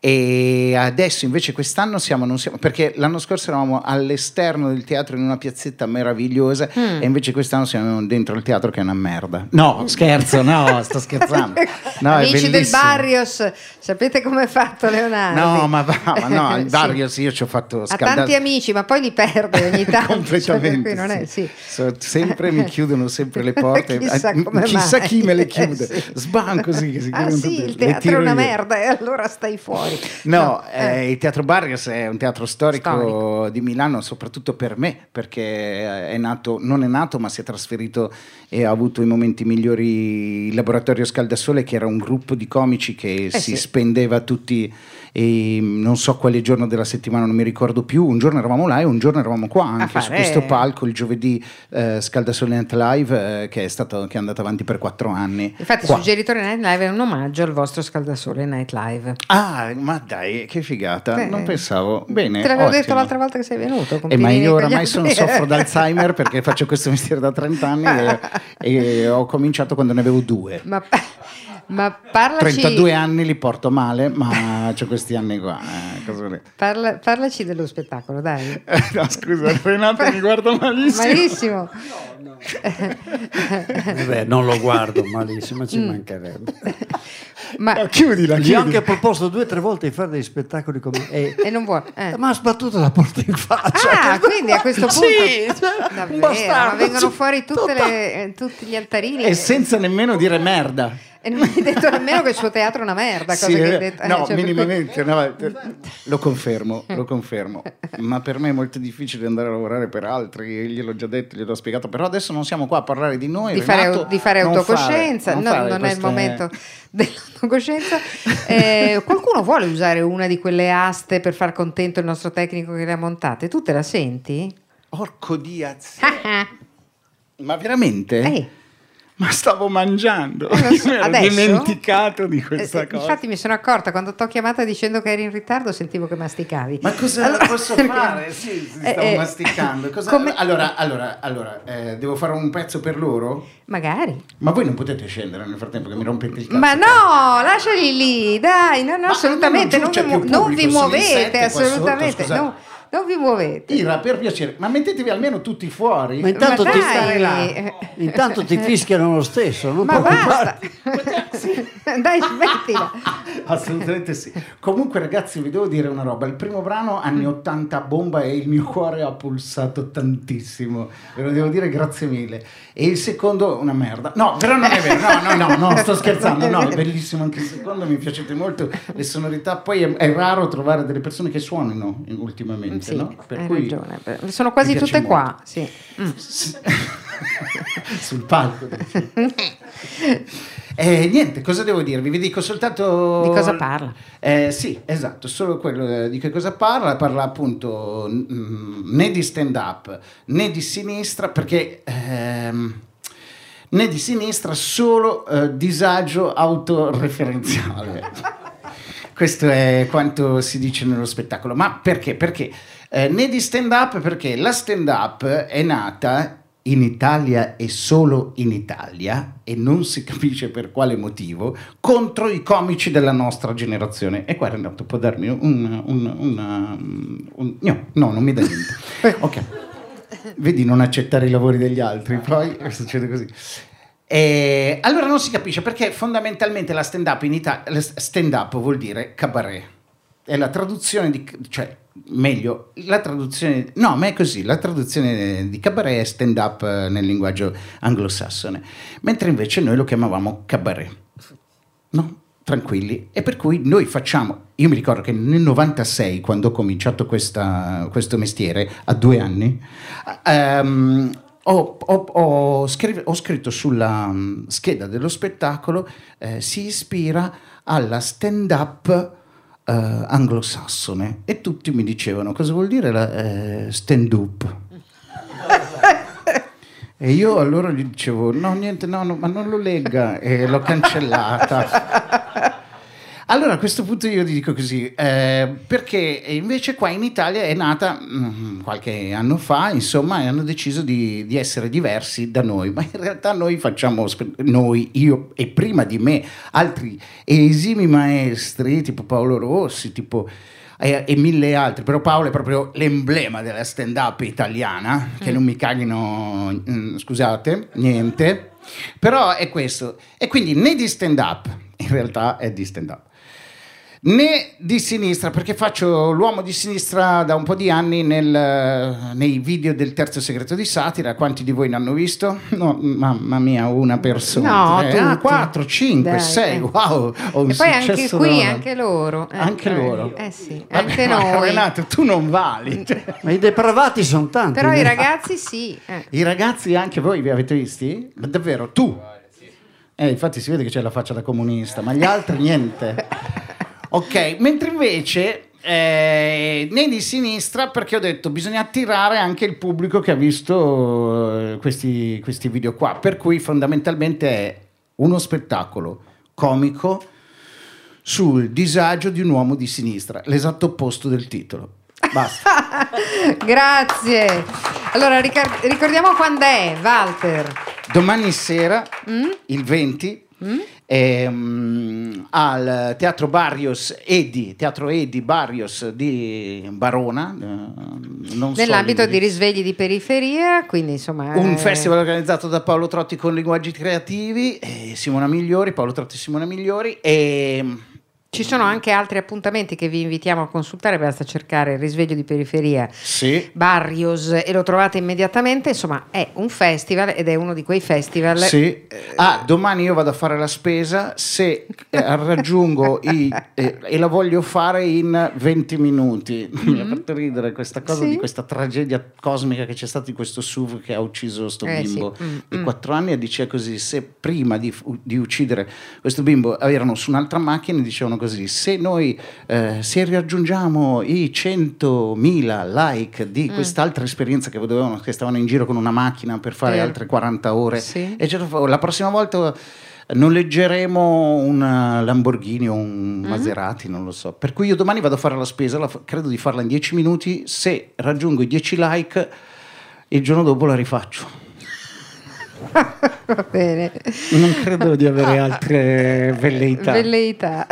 Speaker 11: e adesso invece quest'anno non siamo, perché l'anno scorso eravamo all'esterno del teatro in una piazzetta meravigliosa e invece quest'anno siamo dentro il teatro che è una merda. No, scherzo, no, sto scherzando. No,
Speaker 1: Amici
Speaker 11: è
Speaker 1: del
Speaker 11: bellissimo.
Speaker 1: Barrios, sapete com'è fatto Leonardo?
Speaker 11: No, ma no, al
Speaker 1: Sì.
Speaker 11: Barrios io ci ho fatto
Speaker 1: Ha
Speaker 11: scaldare.
Speaker 1: tanti amici, ma poi li perde ogni tanto.
Speaker 11: Completamente,
Speaker 1: per cui non è, sì.
Speaker 11: Sempre mi chiudono sempre le porte.
Speaker 1: Chissà come
Speaker 11: Chissà
Speaker 1: mai.
Speaker 11: chi me le chiude.
Speaker 1: Sì.
Speaker 11: Sban così che si
Speaker 1: Ah
Speaker 11: chiudono
Speaker 1: sì,
Speaker 11: tutte.
Speaker 1: il
Speaker 11: Le
Speaker 1: teatro è
Speaker 11: tiro
Speaker 1: una
Speaker 11: io.
Speaker 1: merda e allora stai fuori.
Speaker 11: No, il Teatro Barrios è un teatro storico di Milano, soprattutto per me, perché non è nato, ma si è trasferito e ha avuto i momenti migliori il Laboratorio Scaldasole, che era un gruppo di comici che si spendeva tutti, e non so quale giorno della settimana, non mi ricordo più, un giorno eravamo là e un giorno eravamo qua anche su questo palco, il giovedì Scaldasole Night Live, che è andato avanti per 4 anni.
Speaker 1: Infatti
Speaker 11: qua.
Speaker 1: Suggeritore Night Live è un omaggio al vostro Scaldasole Night Live.
Speaker 11: Ah, ma dai, che figata,
Speaker 1: Beh,
Speaker 11: non pensavo. Bene,
Speaker 1: te l'avevo
Speaker 11: ottimo.
Speaker 1: detto l'altra volta che sei venuto.
Speaker 11: Ma
Speaker 1: complimenti
Speaker 11: io
Speaker 1: per gli
Speaker 11: oramai
Speaker 1: altri.
Speaker 11: soffro d'Alzheimer perché faccio questo mestiere da 30 anni e ho cominciato quando ne avevo 2.
Speaker 1: Ma parlaci,
Speaker 11: 32 anni li porto male, ma c'ho questi anni qua. Cosa volete?
Speaker 1: parlaci dello spettacolo, dai.
Speaker 11: No, scusa, Renato mi guarda malissimo.
Speaker 1: Malissimo.
Speaker 9: Beh, non lo guardo malissimo, ci mancherebbe.
Speaker 1: Ma
Speaker 11: chiudila,
Speaker 9: Gli ho anche proposto 2 o 3 volte di fare dei spettacoli come
Speaker 1: e non vuole.
Speaker 9: ma ha sbattuto la porta in faccia.
Speaker 1: Ah, quindi a questo punto
Speaker 9: Sì,
Speaker 1: davvero,
Speaker 9: un bastardo,
Speaker 1: ma vengono
Speaker 9: sì,
Speaker 1: fuori tutti gli altarini
Speaker 11: E senza nemmeno dire merda.
Speaker 1: e non hai detto nemmeno che il suo teatro è una merda, cosa
Speaker 11: Sì,
Speaker 1: che hai detto.
Speaker 11: no,
Speaker 1: cioè,
Speaker 11: minimamente, no, lo confermo, ma per me è molto difficile andare a lavorare per altri, gliel'ho già detto, gliel'ho spiegato, però adesso non siamo qua a parlare di noi,
Speaker 1: di
Speaker 11: Renato,
Speaker 1: fare
Speaker 11: non
Speaker 1: autocoscienza, non è il momento dell'autocoscienza. Qualcuno vuole usare una di quelle aste per far contento il nostro tecnico che le ha montate? Tu te la senti?
Speaker 11: Orco Diaz. Ma veramente? Ma stavo mangiando,
Speaker 1: so.
Speaker 11: mi ero
Speaker 1: Adesso?
Speaker 11: dimenticato di questa cosa.
Speaker 1: Infatti mi sono accorta quando t'ho chiamata dicendo che eri in ritardo, sentivo che masticavi.
Speaker 11: Ma cosa posso fare? Sì, stavo masticando. Allora, devo fare un pezzo per loro?
Speaker 1: Magari.
Speaker 11: Ma voi non potete scendere nel frattempo che mi rompete il cazzo?
Speaker 1: Ma no, lasciali lì, dai, no, assolutamente, non vi muovete, assolutamente, non vi muovete.
Speaker 11: Ira, per piacere, ma mettetevi almeno tutti fuori.
Speaker 9: Ma intanto,
Speaker 1: Ma
Speaker 9: ti,
Speaker 1: dai.
Speaker 9: intanto ti fischiano lo stesso, non
Speaker 1: Ma basta.
Speaker 9: preoccuparti.
Speaker 1: Dai, smettila.
Speaker 11: Assolutamente sì. Comunque ragazzi, vi devo dire una roba, il primo brano anni 80 bomba e il mio cuore ha pulsato tantissimo, ve lo devo dire, grazie mille. E il secondo una merda. No, però non è vero, no, sto scherzando, no, è bellissimo anche il secondo, mi piacete molto le sonorità, poi è raro trovare delle persone che suonino ultimamente,
Speaker 1: sì,
Speaker 11: no? Per
Speaker 1: hai
Speaker 11: cui
Speaker 1: ragione, sono quasi
Speaker 11: mi piace
Speaker 1: tutte
Speaker 11: molto.
Speaker 1: qua, sì.
Speaker 11: Sul palco. Niente, cosa devo dirvi? Vi dico soltanto
Speaker 1: Di cosa parla?
Speaker 11: Sì, esatto, solo quello di che cosa parla. Parla appunto né di stand up né di sinistra, perché né di sinistra, solo disagio autoreferenziale. Questo è quanto si dice nello spettacolo. Ma perché? Perché né di stand up, perché la stand up è nata in Italia e solo in Italia, e non si capisce per quale motivo, contro i comici della nostra generazione. E qua Renato può darmi no, non mi dà niente. Ok, vedi, non accettare i lavori degli altri, poi succede così. Allora non si capisce perché fondamentalmente la stand up in Italia, stand up vuol dire cabaret, è la traduzione di, cioè meglio, la traduzione, no, ma è così, la traduzione di cabaret è stand up nel linguaggio anglosassone, mentre invece noi lo chiamavamo cabaret, no? Tranquilli. E per cui noi facciamo, io mi ricordo che nel 96, quando ho cominciato questo mestiere, a 2 anni, ho scritto sulla scheda dello spettacolo si ispira alla stand up anglosassone, e tutti mi dicevano cosa vuol dire stand up. E io allora gli dicevo no, niente, no, ma non lo legga, e l'ho cancellata. Allora a questo punto io ti dico così, perché invece qua in Italia è nata qualche anno fa, insomma, e hanno deciso di essere diversi da noi, ma in realtà noi facciamo, io e prima di me altri esimi maestri tipo Paolo Rossi, tipo e 1000 altri, però Paolo è proprio l'emblema della stand up italiana, che non mi caghino, scusate, niente, però è questo. E quindi né di stand up, in realtà è di stand up, né di sinistra, perché faccio l'uomo di sinistra da un po' di anni nei video del Terzo Segreto di Satira. Quanti di voi ne hanno visto? No, mamma mia, una persona.
Speaker 1: No,
Speaker 11: 4, 5, 6, wow, ho un
Speaker 1: e poi anche
Speaker 11: successo
Speaker 1: qui,
Speaker 11: enorme.
Speaker 1: anche loro.
Speaker 11: Anche loro.
Speaker 1: Sì,
Speaker 11: Vabbè,
Speaker 1: anche
Speaker 11: ma
Speaker 1: noi.
Speaker 11: Renato, tu non vali.
Speaker 9: Ma i depravati sono tanti.
Speaker 1: Però i ragazzi sì.
Speaker 11: I ragazzi anche voi vi avete visti? Ma davvero, tu? Infatti si vede che c'è la faccia da comunista, ma gli altri niente. Ok, mentre invece né di sinistra, perché ho detto bisogna attirare anche il pubblico che ha visto questi video qua, per cui fondamentalmente è uno spettacolo comico sul disagio di un uomo di sinistra, l'esatto opposto del titolo. Basta.
Speaker 1: Grazie. Allora ricordiamo quando è, Walter.
Speaker 11: Domani sera, il 20, al Teatro Edi Barrios di Barona,
Speaker 1: nell'ambito di Risvegli di Periferia, quindi insomma
Speaker 11: un festival organizzato da Paolo Trotti con Linguaggi Creativi e Simona Migliori, Paolo Trotti e Simona Migliori, e
Speaker 1: ci sono anche altri appuntamenti che vi invitiamo a consultare, basta cercare Risveglio di Periferia Barrios e lo trovate immediatamente. Insomma è un festival ed è uno di quei festival.
Speaker 11: Domani io vado a fare la spesa, se raggiungo e la voglio fare in 20 minuti. Mi ha fatto ridere questa cosa di questa tragedia cosmica che c'è stata di questo SUV che ha ucciso sto bimbo di 4 anni, e diceva così: se prima di uccidere questo bimbo erano su un'altra macchina, dicevano così: se noi se raggiungiamo i 100.000 like di quest'altra esperienza che stavano in giro con una macchina per fare altre 40 ore, e la prossima volta noleggeremo un Lamborghini o un Maserati, non lo so. Per cui io domani vado a fare la spesa, credo di farla in 10 minuti. Se raggiungo i 10 like, il giorno dopo la rifaccio.
Speaker 1: Va bene.
Speaker 11: Non credo di avere altre velleità.
Speaker 1: Velleità.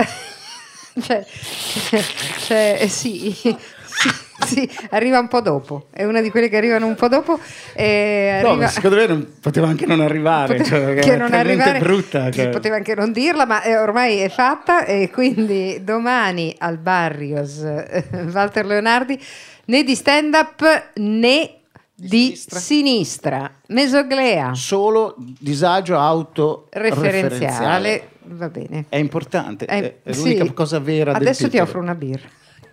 Speaker 1: Sì, arriva un po' dopo, è una di quelle che arrivano un po' dopo.
Speaker 11: No, secondo me poteva anche non arrivare, è brutta.
Speaker 1: Poteva anche non dirla, ma ormai è fatta, e quindi domani al Barrios Walter Leonardi, né di stand-up né di sinistra. Mesoglea.
Speaker 11: Solo disagio autoreferenziale.
Speaker 1: Va bene.
Speaker 11: È importante, è l'unica cosa vera del
Speaker 1: Adesso ti
Speaker 11: titolo.
Speaker 1: offro una birra.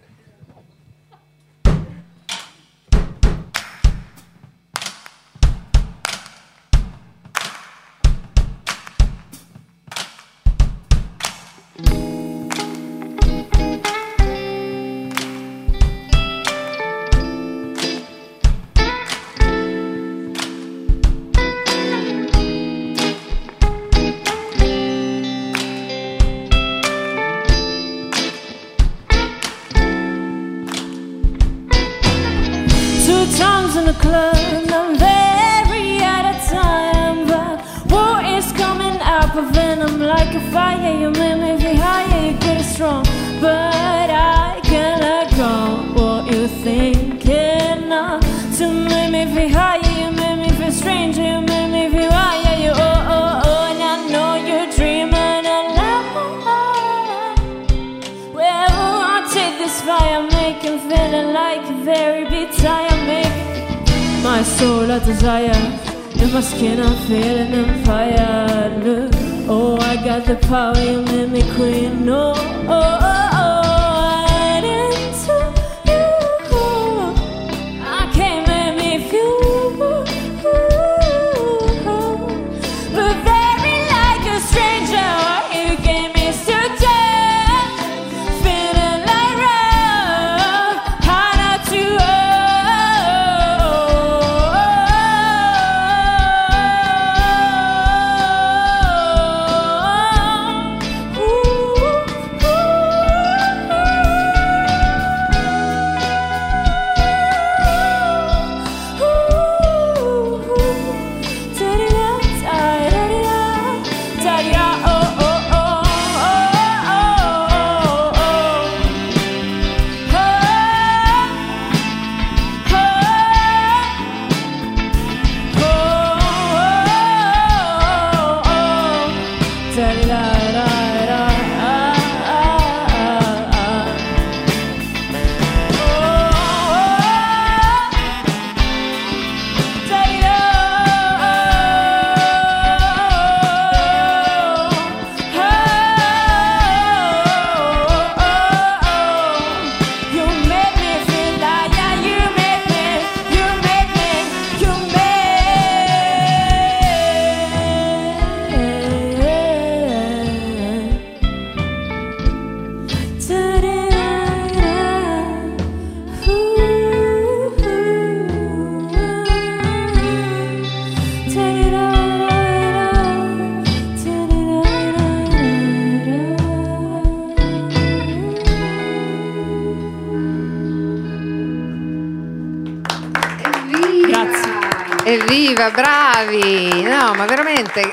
Speaker 1: Evviva, bravi! No, ma veramente,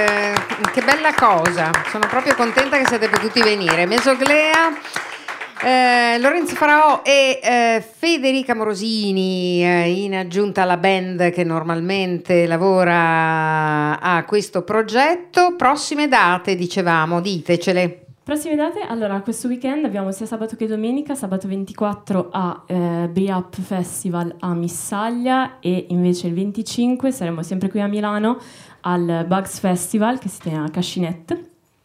Speaker 1: che bella cosa. Sono proprio contenta che siete potuti venire. Mesoglea, Lorenzo Faraò e Federica Morosini, in aggiunta alla band che normalmente lavora a questo progetto. Prossime date, dicevamo, ditecele.
Speaker 6: Prossime date, allora questo weekend abbiamo sia sabato che domenica. Sabato 24 a Be-Up Festival a Missaglia, e invece il 25 saremo sempre qui a Milano al Bugs Festival che si tiene a Cascinette,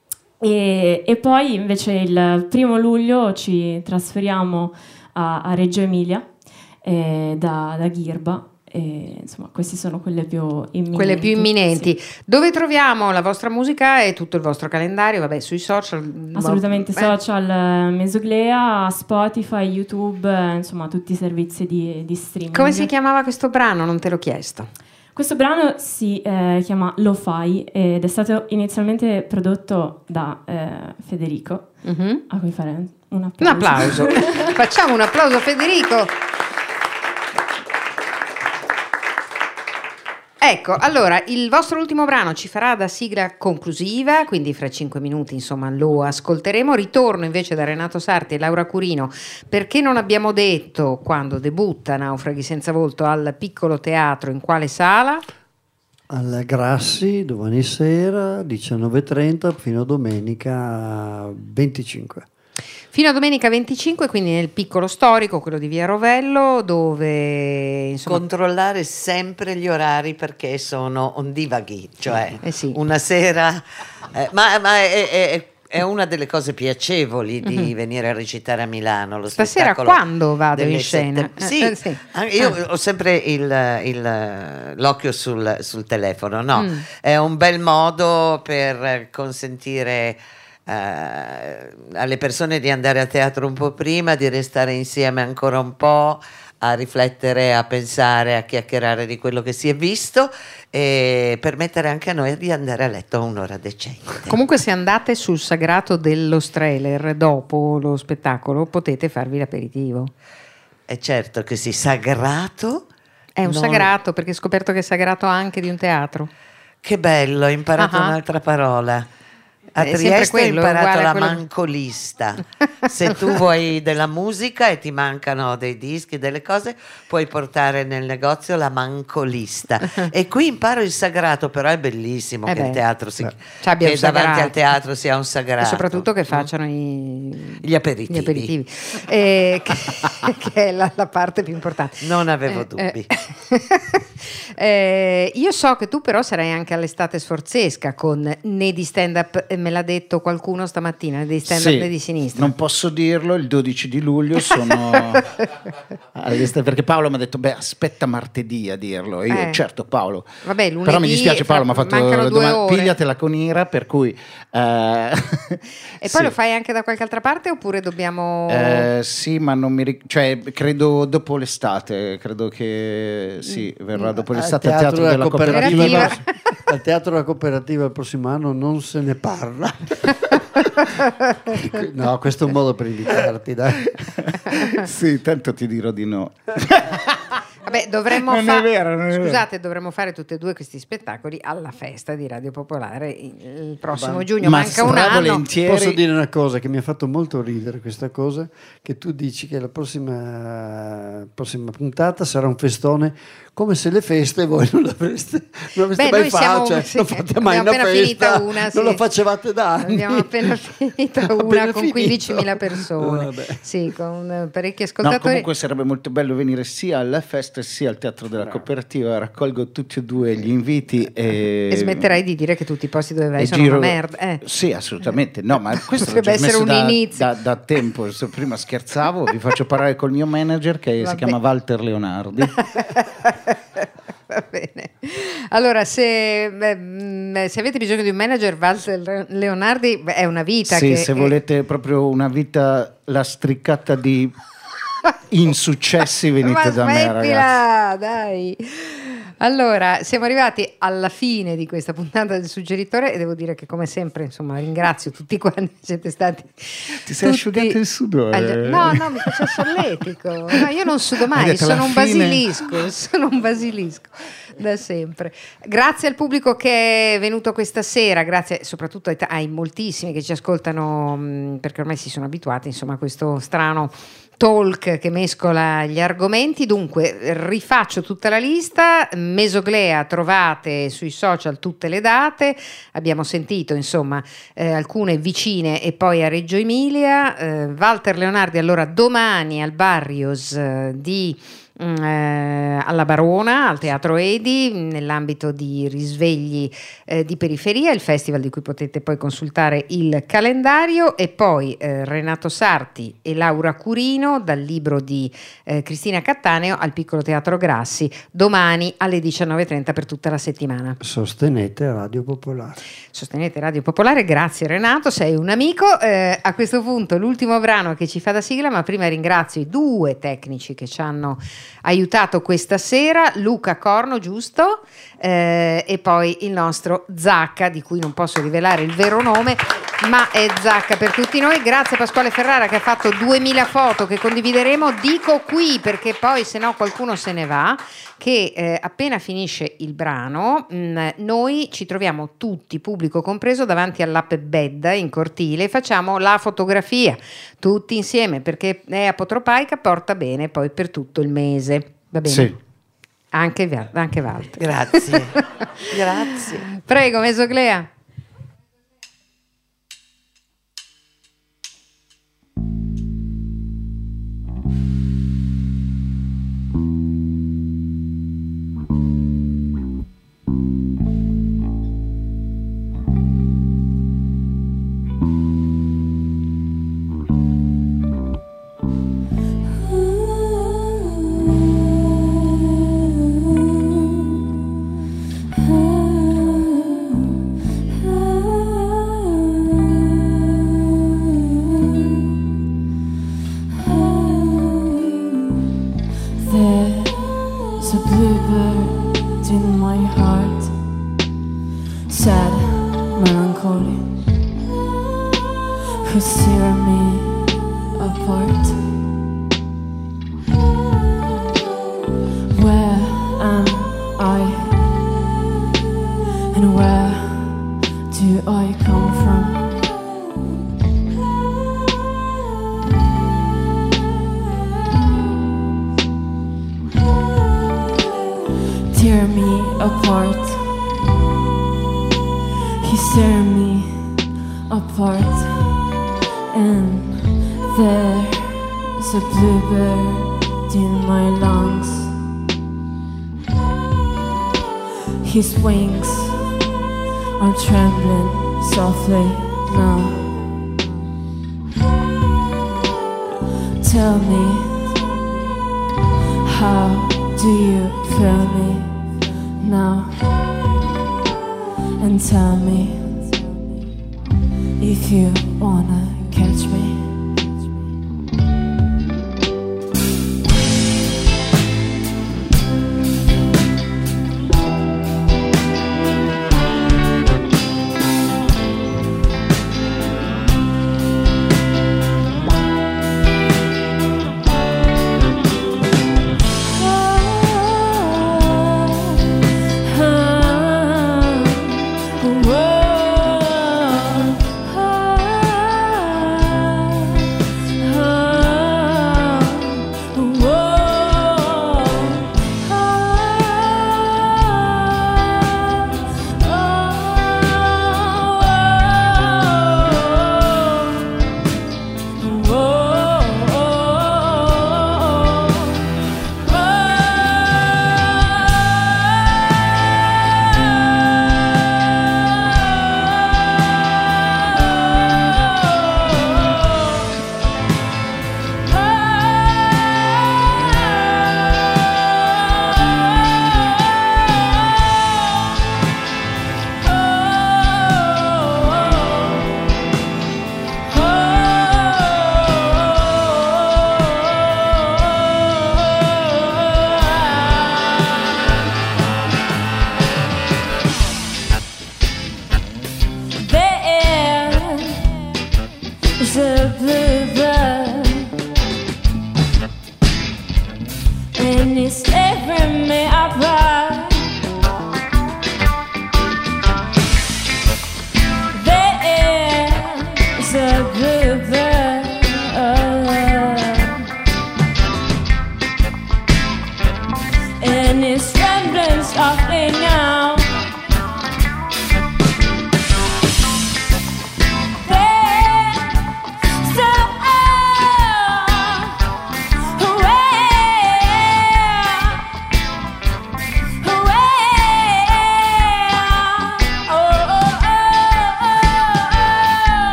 Speaker 6: e poi invece il 1 luglio ci trasferiamo a Reggio Emilia da Ghirba. E, insomma, queste sono quelle più imminenti.
Speaker 1: Sì. Dove troviamo la vostra musica e tutto il vostro calendario? Vabbè, sui social.
Speaker 6: Assolutamente, social, Mesoglea, Spotify, YouTube, insomma tutti i servizi di streaming.
Speaker 1: Come si chiamava questo brano? Non te l'ho chiesto.
Speaker 6: Questo brano si chiama Lo-Fi ed è stato inizialmente prodotto da Federico, a cui fare un applauso.
Speaker 1: Un applauso. Facciamo un applauso a Federico. Ecco, allora, il vostro ultimo brano ci farà da sigla conclusiva, quindi fra 5 minuti, insomma, lo ascolteremo. Ritorno invece da Renato Sarti e Laura Curino, perché non abbiamo detto quando debutta Naufraghi senza volto al Piccolo Teatro, in quale sala?
Speaker 9: Al Grassi, domani sera, 19:30, fino a domenica 25.
Speaker 1: Fino a domenica 25, quindi nel Piccolo Storico, quello di Via Rovello, dove insomma...
Speaker 8: Controllare sempre gli orari perché sono ondivaghi, cioè
Speaker 1: sì.
Speaker 8: Una sera... ma è una delle cose piacevoli di venire a recitare a Milano. Lo
Speaker 1: Stasera quando vado in scena?
Speaker 8: Sì,
Speaker 1: sì.
Speaker 8: Io ho sempre l'occhio sul telefono, no? È un bel modo per consentire alle persone di andare a teatro un po' prima, di restare insieme ancora un po', a riflettere, a pensare, a chiacchierare di quello che si è visto e permettere anche a noi di andare a letto a un'ora decente.
Speaker 1: Comunque se andate sul sagrato dello Strehler dopo lo spettacolo potete farvi l'aperitivo.
Speaker 8: È certo che sì, sagrato.
Speaker 1: È un sagrato, perché ho scoperto che è sagrato anche di un teatro.
Speaker 8: Che bello, ho imparato un'altra parola. A Trieste ho imparato la mancolista. Se tu vuoi della musica e ti mancano dei dischi, delle cose, puoi portare nel negozio la mancolista. E qui imparo il sagrato, però è bellissimo che il teatro che davanti al teatro sia un sagrato.
Speaker 1: E soprattutto che facciano gli
Speaker 8: aperitivi.
Speaker 1: Che è la parte più importante.
Speaker 8: Non avevo dubbi.
Speaker 1: Io so che tu però sarai anche all'estate sforzesca con né di stand up, me l'ha detto qualcuno stamattina, né di stand up né di sinistra.
Speaker 11: Non posso dirlo, il 12 di luglio sono all'estate, perché Paolo mi ha detto aspetta martedì a dirlo. E io certo Paolo,
Speaker 1: vabbè, lunedì,
Speaker 11: però mi dispiace Paolo, mi ha fatto pigliatela con Ira, per cui
Speaker 1: e poi lo fai anche da qualche altra parte oppure dobbiamo
Speaker 8: sì, ma non mi credo dopo l'estate, credo che sì, verrà dopo l'estate al Teatro della Cooperativa.
Speaker 9: Al Teatro della Cooperativa il prossimo anno non se ne parla. No, questo è un modo per invitarti, dai.
Speaker 8: Sì, tanto ti dirò di no.
Speaker 1: Vabbè, dovremmo
Speaker 8: Scusate,
Speaker 1: dovremmo fare tutti e due questi spettacoli alla festa di Radio Popolare il prossimo giugno. Manca un anno.
Speaker 9: Volentieri. Posso dire una cosa che mi ha fatto molto ridere, questa cosa, che tu dici che la prossima puntata sarà un festone, come se le feste voi non l'avreste mai fatto, non fate mai una festa, non la facevate da anni.
Speaker 1: Abbiamo appena finita una con 15.000 persone, sì, con parecchi ascoltatori.
Speaker 8: No, comunque sarebbe molto bello venire sia alla festa sia al Teatro della Cooperativa. Raccolgo tutti e due gli inviti e
Speaker 1: smetterai di dire che tutti i posti dove vai sono una merda.
Speaker 8: Sì, assolutamente, no, ma questo
Speaker 1: potrebbe essere un inizio
Speaker 8: da tempo. Prima scherzavo, vi faccio parlare col mio manager che si chiama Walter Leonardi.
Speaker 1: Va bene. Allora, se avete bisogno di un manager, Walter Leonardi è una vita.
Speaker 8: Sì, se volete proprio una vita lastricata di insuccessi, venite da me, ragazzi.
Speaker 1: Dai. Allora, siamo arrivati alla fine di questa puntata del Suggeritore e devo dire che come sempre, insomma, ringrazio tutti quanti siete stati.
Speaker 8: Ti sei asciugato il sudore?
Speaker 1: No, mi faccio solletico. No, io non sudo mai, sono un basilisco da sempre. Grazie al pubblico che è venuto questa sera, grazie soprattutto ai moltissimi che ci ascoltano, perché ormai si sono abituati, insomma, a questo strano talk che mescola gli argomenti. Dunque rifaccio tutta la lista. Mesoglea, trovate sui social tutte le date, abbiamo sentito insomma alcune vicine e poi a Reggio Emilia. Walter Leonardi allora domani al Barrios alla Barona, al Teatro Edi, nell'ambito di Risvegli di Periferia, il festival di cui potete poi consultare il calendario, e poi Renato Sarti e Laura Curino dal libro di Cristina Cattaneo al Piccolo Teatro Grassi domani alle 19:30 per tutta la settimana.
Speaker 9: Sostenete Radio Popolare. Grazie Renato, sei un amico. A questo punto l'ultimo brano che ci fa da sigla, ma prima ringrazio i due tecnici che ci hanno
Speaker 1: aiutato questa sera, Luca Corno, giusto? E poi il nostro Zacca, di cui non posso rivelare il vero nome, ma è Zacca per tutti noi. Grazie a Pasquale Ferrara che ha fatto 2000 foto che condivideremo. Dico qui perché poi se no qualcuno se ne va, che appena finisce il brano noi ci troviamo tutti, pubblico compreso, davanti all'App Bedda in cortile e facciamo la fotografia tutti insieme, perché Apotropaica porta bene poi per tutto il mese, va bene?
Speaker 11: Sì.
Speaker 1: Anche Walter.
Speaker 8: Grazie. Grazie.
Speaker 1: Prego, Mesoclea.
Speaker 7: There's a bluebird in my heart, sad melancholy, who's tearing me apart. Where am I, and where do I come from? Tear me apart. He's tearing me apart. And there's a bluebird in my lungs. His wings are trembling softly now. Tell me, how do you feel me now? And tell me if you wanna catch me.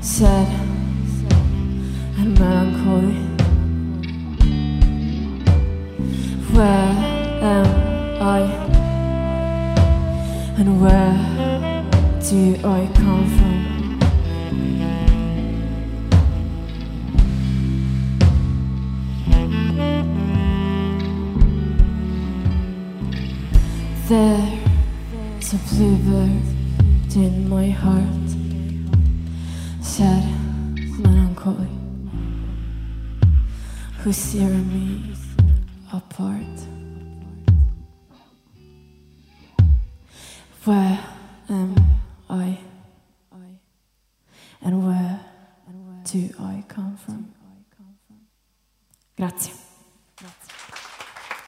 Speaker 7: sad and melancholy. Where am I? And where do I come from? There's a bluebird in my heart, sad, melancholy, who's tearing me apart. Where am I? And where do I come from? Grazie.